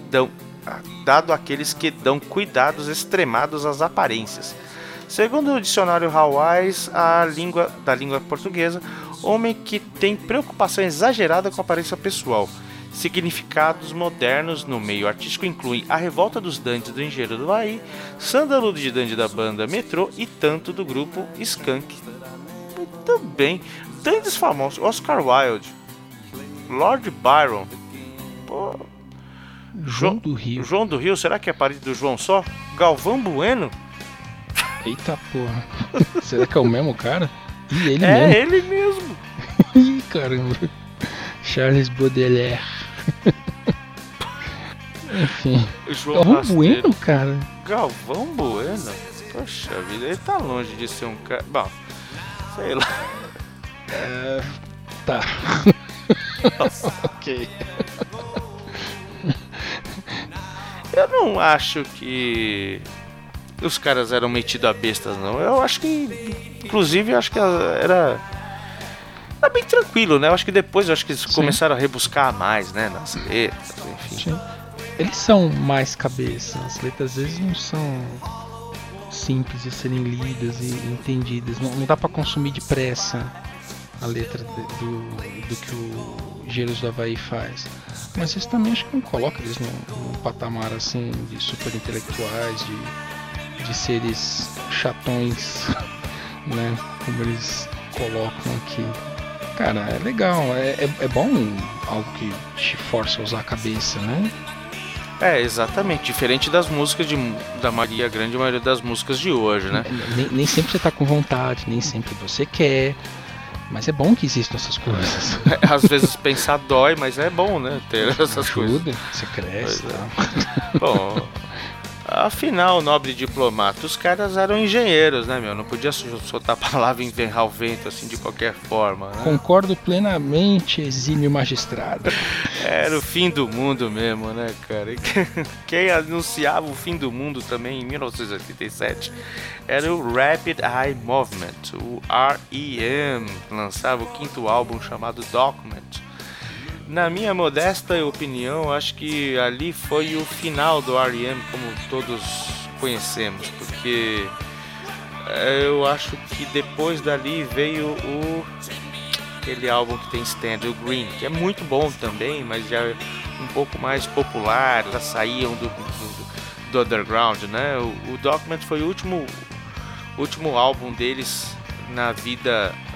que dão cuidados extremados às aparências. Segundo o dicionário Hawais, da língua portuguesa, homem que tem preocupação exagerada com a aparência pessoal. Significados modernos no meio artístico incluem a revolta dos dandies do Engenheiro do Havaí, sândalo de dandy da banda Metrô e tanto do grupo Skank. Muito bem. Dandies famosos: Oscar Wilde, Lord Byron. Pô. João do Rio. João do Rio, será que é parente do João só? Galvão Bueno? Eita porra. Será que é o mesmo cara? Ih, ele mesmo. É ele mesmo. Ih, caramba. Charles Baudelaire. Enfim. Galvão Bueno, cara. Galvão Bueno? Poxa vida, ele tá longe de ser um cara. Bom, sei lá. Tá. Ok. Eu não acho que os caras eram metidos a bestas, não. Eu acho que, inclusive, eu acho que era bem tranquilo, né? Eu acho que depois eles começaram a rebuscar mais, né? Nas letras, enfim. Sim. Eles são mais cabeça. As letras às vezes não são simples de serem lidas e entendidas. Não dá pra consumir depressa a letra do que o Engenheiros do Havaí faz. Mas isso também acho que não coloca eles num patamar assim de super intelectuais, de seres chatões, né? Como eles colocam aqui. Cara, é legal, é bom algo que te força a usar a cabeça, né? Exatamente, diferente das músicas da grande maioria das músicas de hoje, né? Nem sempre você tá com vontade, nem sempre você quer. Mas é bom que existam essas coisas. Às vezes pensar dói, mas é bom, né? Ter essas coisas. Você cresce. Bom, afinal, nobre diplomata, os caras eram engenheiros, né, meu? Não podia soltar a palavra e enterrar o vento assim de qualquer forma, né? Concordo plenamente, exímio magistrado. Era o fim do mundo mesmo, né, cara? Quem anunciava o fim do mundo também em 1987 era o Rapid Eye Movement, o R.E.M., lançava o quinto álbum chamado Document. Na minha modesta opinião, acho que ali foi o final do R.E.M. como todos conhecemos, porque eu acho que depois dali veio aquele álbum que tem Stand, o Green, que é muito bom também, mas já é um pouco mais popular, já saíam do underground, né? O Document foi o último álbum deles na vida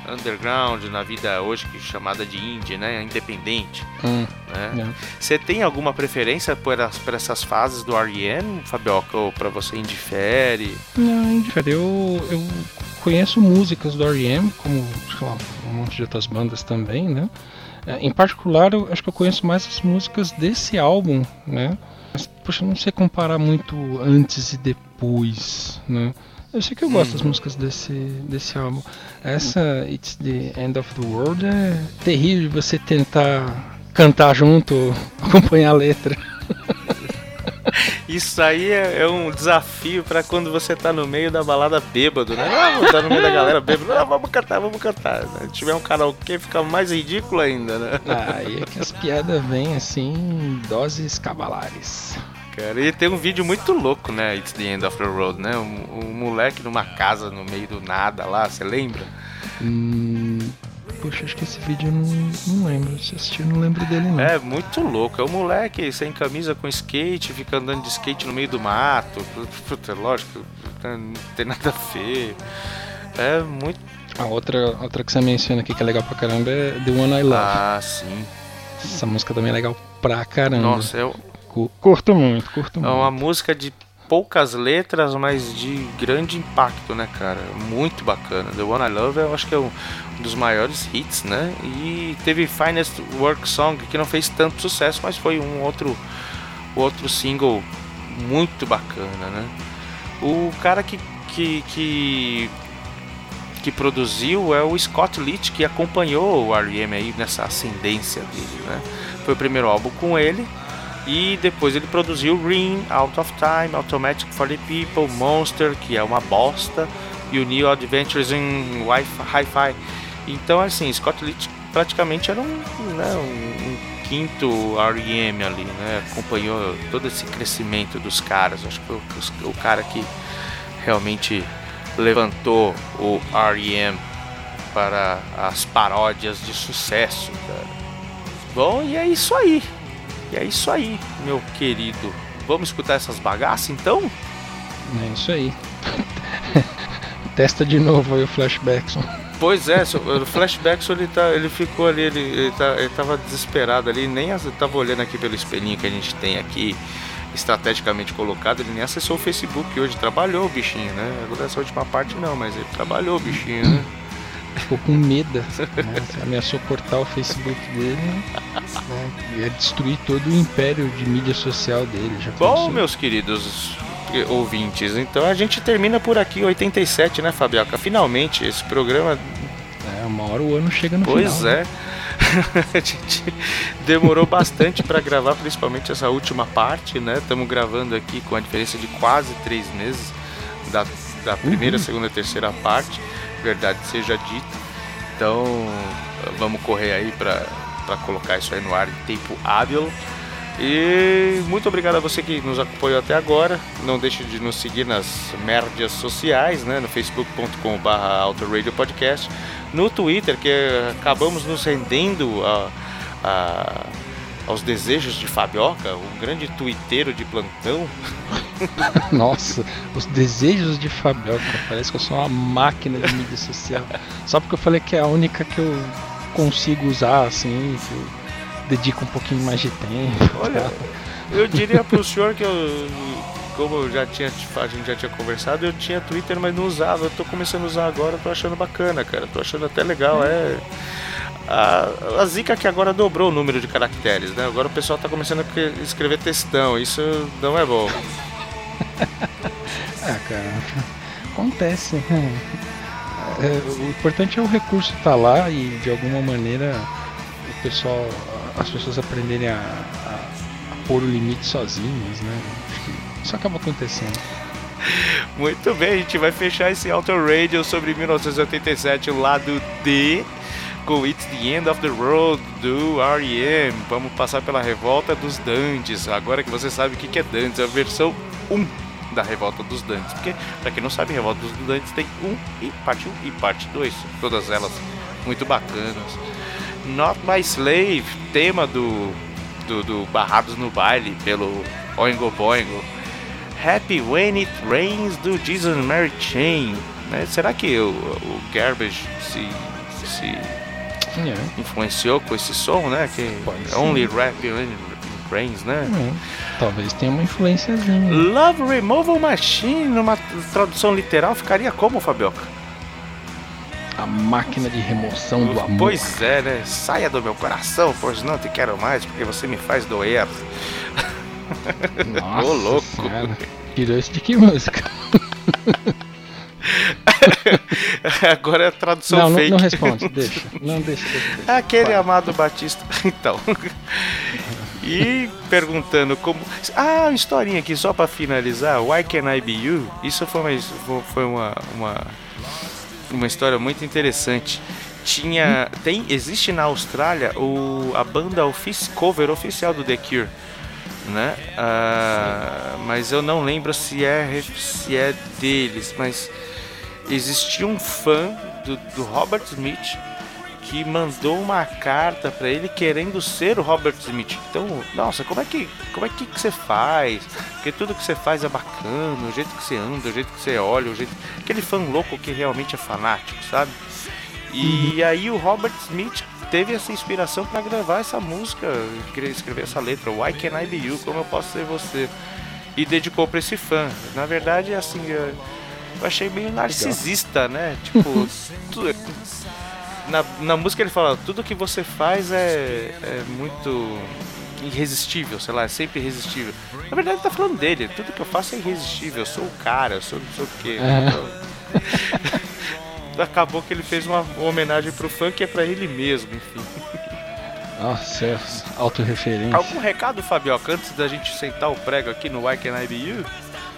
underground, na vida hoje chamada de indie, né? Independente. Né? Você tem alguma preferência por essas fases do R.E.M., Fabioca, ou pra você indifere? Não, indifere. Eu conheço músicas do R.E.M., como, sei lá, um monte de outras bandas também, né? Em particular, eu acho que eu conheço mais as músicas desse álbum, né? Mas, poxa, não sei comparar muito antes e depois, né? Eu sei que eu gosto das músicas desse álbum. Essa It's the End of the World é terrível de você tentar cantar junto, acompanhar a letra. Isso aí é um desafio pra quando você tá no meio da balada bêbado, né? Não, tá no meio da galera bêbado. Não, vamos cantar. Se tiver um karaokê, fica mais ridículo ainda, né? Aí é que as piadas vêm assim, em doses cavalares. Cara, e tem um vídeo muito louco, né? It's the End of the Road, né? Um moleque numa casa no meio do nada lá, você lembra? Poxa, acho que esse vídeo eu não lembro. Se assistir, eu não lembro dele, não. É muito louco. É um moleque sem camisa, com skate, fica andando de skate no meio do mato. Puta, lógico, não tem nada a ver. É muito... A outra que você menciona aqui que é legal pra caramba é The One I Love. Ah, sim. Essa música também é legal pra caramba. Nossa, curto muito. É uma música de poucas letras, mas de grande impacto, né, cara? Muito bacana. The One I Love, eu acho que é um dos maiores hits, né? E teve Finest Work Song, que não fez tanto sucesso, mas foi um outro single muito bacana, né? O cara que produziu é o Scott Litt, que acompanhou o R.E.M. aí nessa ascendência dele, né? Foi o primeiro álbum com ele. E depois ele produziu Green, Out of Time, Automatic for the People, Monster, que é uma bosta, e o New Adventures in Hi-Fi. Então, assim, Scott Litt praticamente era um quinto R.E.M. ali, né? Acompanhou todo esse crescimento dos caras. Acho que foi o cara que realmente levantou o R.E.M. para as paródias de sucesso, cara. Bom, e é isso aí. Meu querido. Vamos escutar essas bagaças, então? É isso aí. Testa de novo aí o Flashbackson. Pois é, o Flashbackson ele ficou ali, ele tava desesperado ali, nem tava olhando aqui pelo espelhinho que a gente tem aqui, estrategicamente colocado, ele nem acessou o Facebook hoje, trabalhou o bichinho, né? Agora essa última parte não, mas ele trabalhou o bichinho, né? Ficou com medo, né? Ameaçou cortar o Facebook dele, né? Ia destruir todo o império de mídia social dele. Bom, meus queridos ouvintes, então a gente termina por aqui, 87, né, Fabioca? Finalmente, esse programa... uma hora o ano chega no final. Pois é. A gente demorou bastante para gravar, principalmente essa última parte, né? Estamos gravando aqui com a diferença de quase 3 meses da primeira, segunda e terceira parte, verdade seja dita. Então vamos correr aí para colocar isso aí no ar em tempo hábil. E muito obrigado a você que nos acompanhou até agora. Não deixe de nos seguir nas mídias sociais, né? No facebook.com/autoradiopodcast, no Twitter, que acabamos nos rendendo aos desejos de Fabioca, um grande tuiteiro de plantão. Nossa, os desejos de Fabioca, parece que eu sou uma máquina de mídia social. Só porque eu falei que é a única que eu consigo usar, assim, que eu dedico um pouquinho mais de tempo. Olha, eu diria pro senhor que como a gente já tinha conversado, eu tinha Twitter, mas não usava. Eu tô começando a usar agora, tô achando bacana, cara. Tô achando até legal, A zica que agora dobrou o número de caracteres, né? Agora o pessoal tá começando a escrever textão, isso não é bom. Cara, acontece. O importante é o recurso estar lá e de alguma maneira as pessoas aprenderem a pôr o limite sozinhas, né? Acho que isso acaba acontecendo. Muito bem, a gente vai fechar esse Auto Radio sobre 1987, o lado D, com It's the End of the Road do R.E.M. Vamos passar pela Revolta dos Dantes. Agora que você sabe o que é Dantes, é a versão 1 da Revolta dos Dantes. Porque, pra quem não sabe, Revolta dos Dantes tem parte 1 e parte 2. Todas elas muito bacanas. Not My Slave, tema do Barrados no Baile, pelo Oingo Boingo. Happy When It Rains, do Jesus and Mary Chain. Né? Será que o Garbage se se influenciou com esse som, né? Que Pode Only Rap Brains, né? Talvez tenha uma influenciazinha. Love Removal Machine, numa tradução literal, ficaria como, Fabioca? A máquina de remoção do amor. Pois é, né? Saia do meu coração, pois não te quero mais, porque você me faz doer. Nossa Ô, louco. Senhora. Tirou isso de que música? Agora é a tradução fake. Não responde, deixa. Não, deixa. Aquele Amado Batista. Então. E perguntando como... Ah, uma historinha aqui só pra finalizar. Why Can I Be You? Isso foi uma história muito interessante. Existe na Austrália a banda cover oficial do The Cure, né? Mas eu não lembro se é deles, mas existia um fã do Robert Smith que mandou uma carta pra ele querendo ser o Robert Smith. Então, nossa, como é que você faz? Porque tudo que você faz é bacana, o jeito que você anda, o jeito que você olha, aquele fã louco que realmente é fanático, sabe? E aí o Robert Smith teve essa inspiração pra gravar essa música, escrever essa letra, Why Can I Be You? Como eu posso ser você? E dedicou pra esse fã. Na verdade, assim, eu achei meio narcisista, né? Tipo, na música ele fala, tudo que você faz é muito irresistível, sei lá, é sempre irresistível. Na verdade ele tá falando dele, tudo que eu faço é irresistível, eu sou o cara, eu sou não sei o quê. Então, acabou que ele fez uma homenagem pro fã que é pra ele mesmo, enfim. Nossa, autorreferência. Algum recado, Fabioca, antes da gente sentar o prego aqui no Why Can I Be You?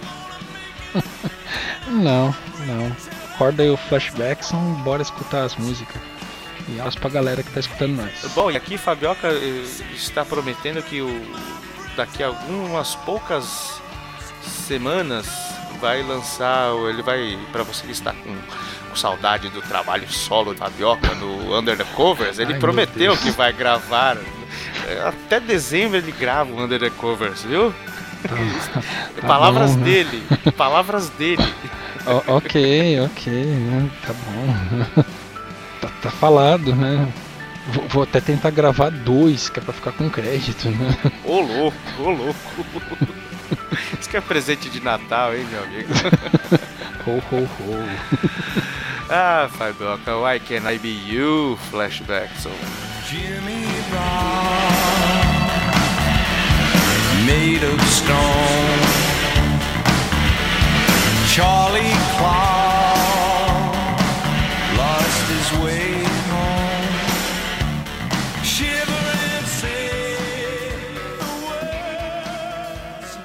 Não. Acorda aí o flashback, bora escutar as músicas. E abraço pra galera que tá escutando nós. Bom, e aqui Fabioca está prometendo que daqui a algumas poucas semanas vai lançar, pra você que está com saudade do trabalho solo de Fabioca no Under the Covers, ele prometeu que vai gravar, até dezembro ele grava o Under the Covers, viu? Palavras dele. Ok, né? Tá bom. Tá falado, né? Vou até tentar gravar 2, que é pra ficar com crédito, né? Ô louco. Isso que é presente de Natal, hein, meu amigo? Ho. Ah, Fabioca, Why Can I Be You? Flashback, so... Jimmy Brown, made of stone. Charlie Clark lost his way home. Shiver and say the words.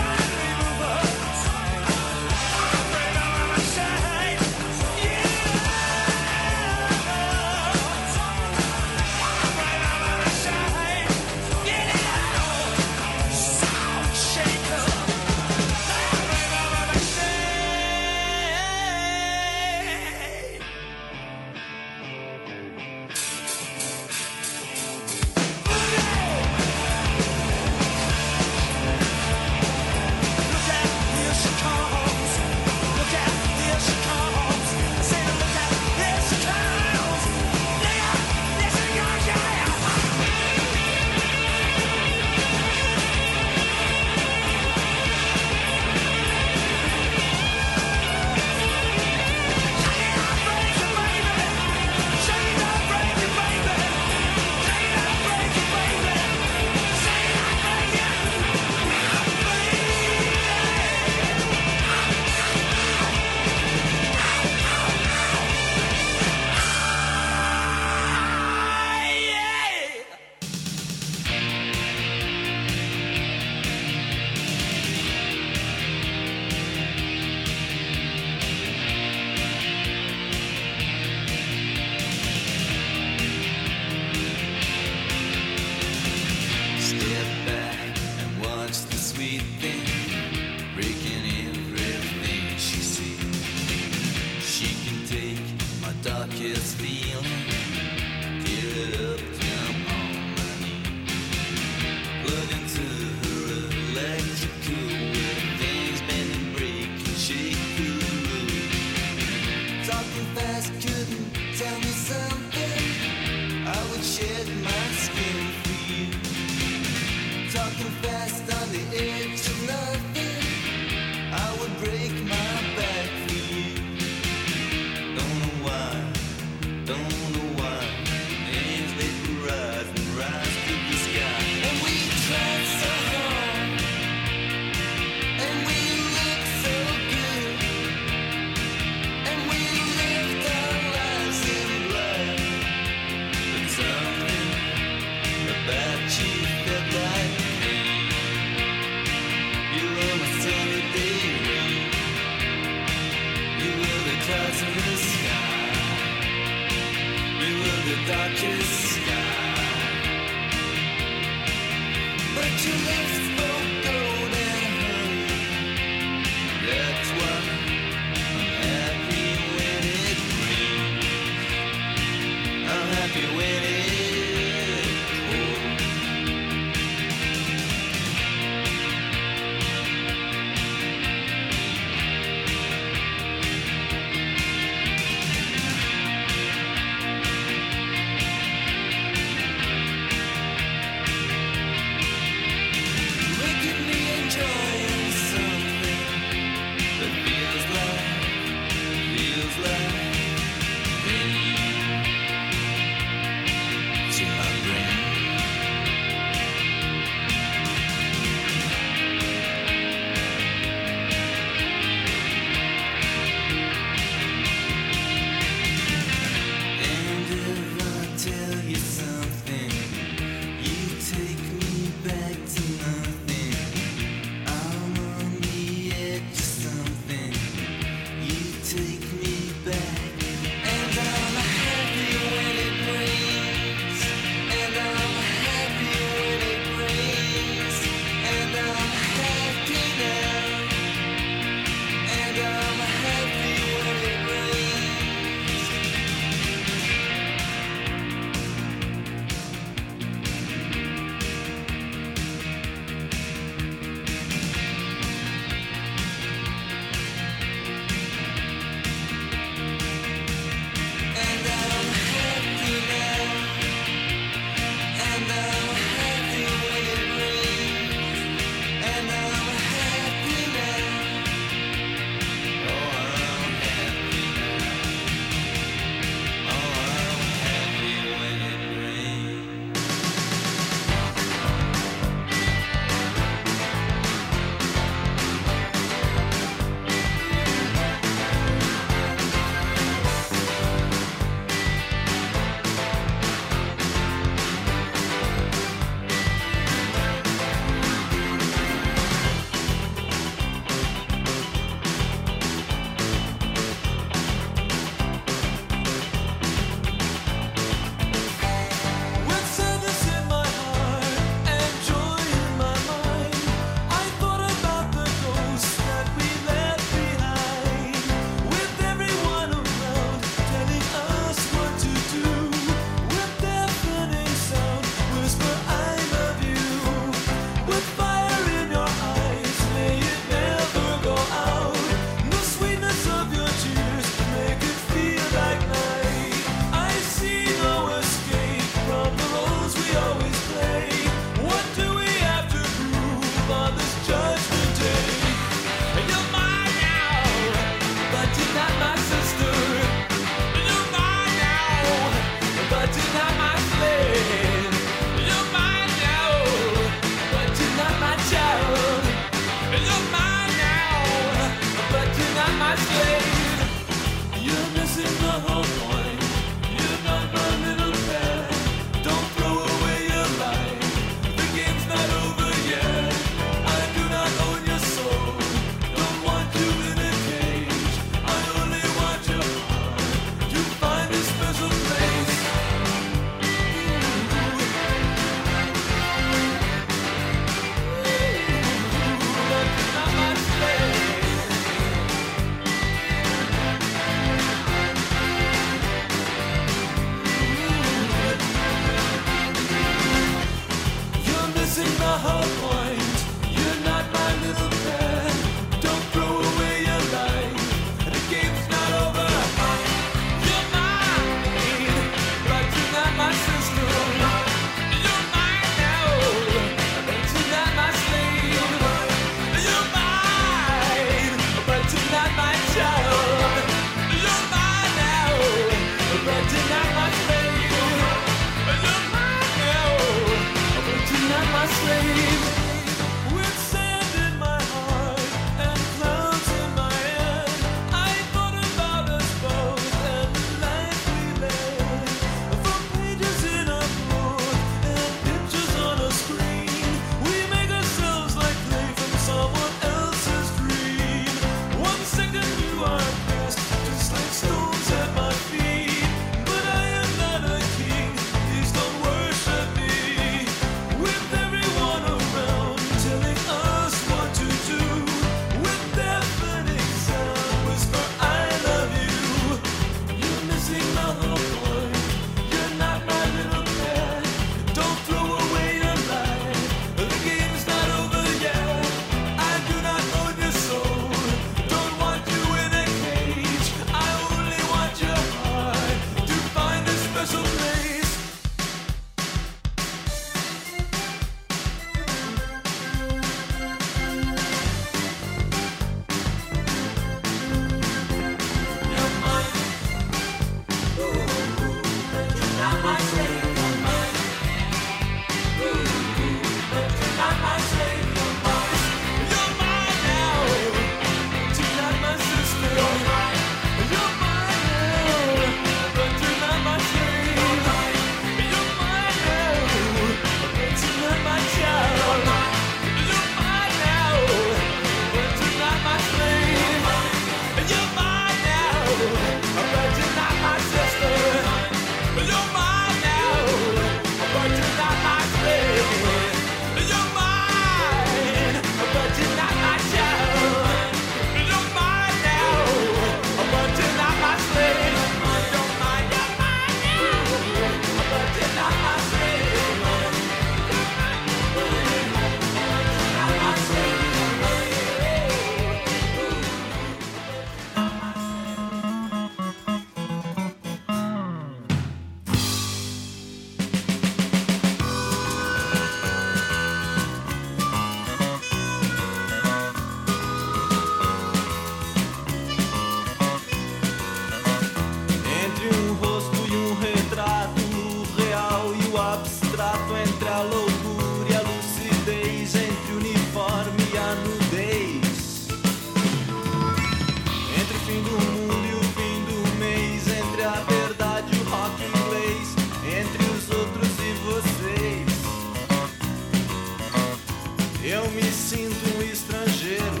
sinto um estrangeiro,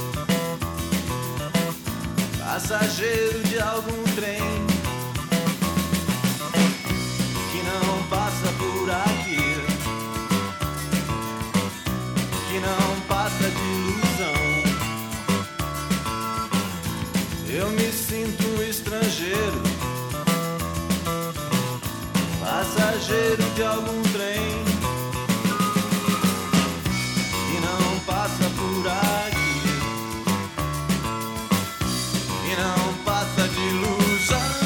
passageiro de algum trem que não passa por aqui, que não passa de ilusão. Eu me sinto um estrangeiro, passageiro de algum trem que não passa por aqui, que não passa de ilusão.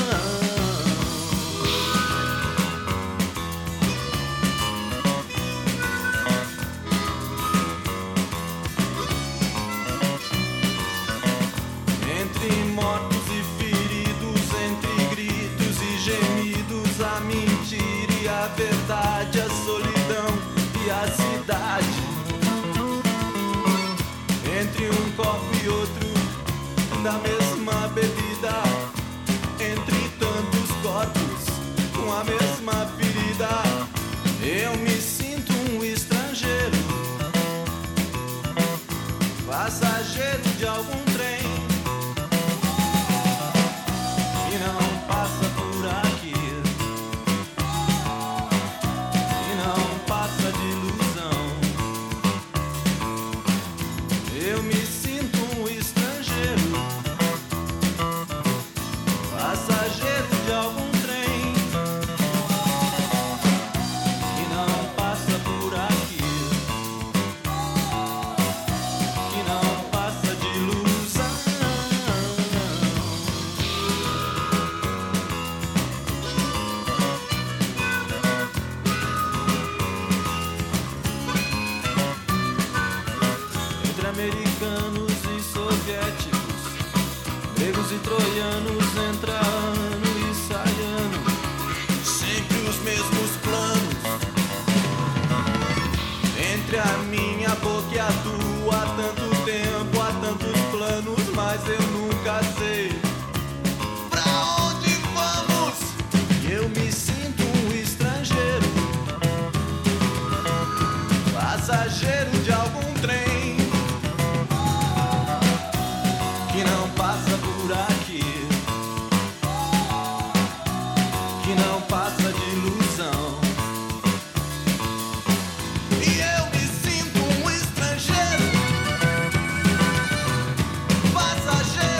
Entre mortos e feridos, entre gritos e gemidos, a mentira e a verdade, a solidão e a cidade. Entre um copo e outro da mesma bebida, entre tantos corpos com a mesma ferida, eu me sinto um estrangeiro, passageiro de algum trem que não passa por aqui, que não passa de ilusão. Eu me sinto um estrangeiro, passageiro de algum trem que não passa por aqui, que não passa de ilusão. Entre americanos e soviéticos, gregos e troianos, entra ano e sai ano, sempre os mesmos planos. Entre a minha boca e a tua, há tanto tempo, há tantos planos, mas eu nunca sei pra onde vamos. Eu me sinto um estrangeiro, passageiro de algum trem que não passa por aqui, que não passa de ilusão. E eu me sinto um estrangeiro, passageiro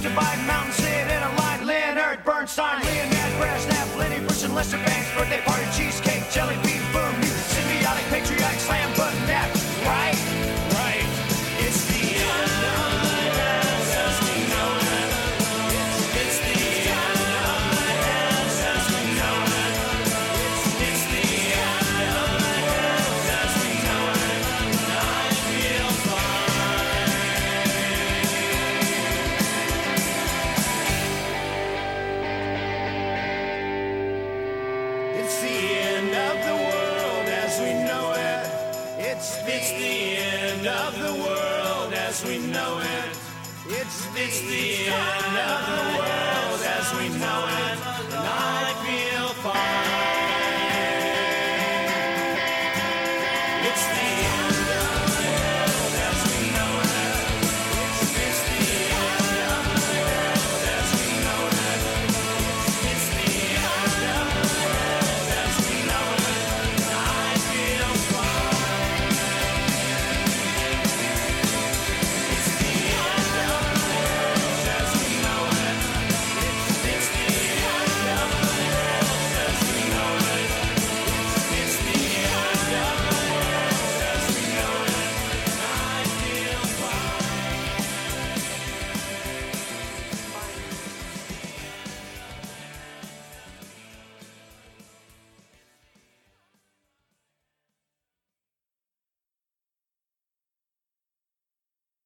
divide Mountain Sid in a line. Leonard Bernstein, Leonard Brezhnev, Lenny Bruce and Lester Bangs, birthday party, cheesecake, jelly bean, boom, you symbiotic, patriotic, slam button, that right? Right. It's the end of the world as we know it. It's the end of the world as we know it. It's the end of the world as we know it. I feel fine. It's the end of the world as we know it. It's the end of the world as we know it. It's the end of the world as we know it. And I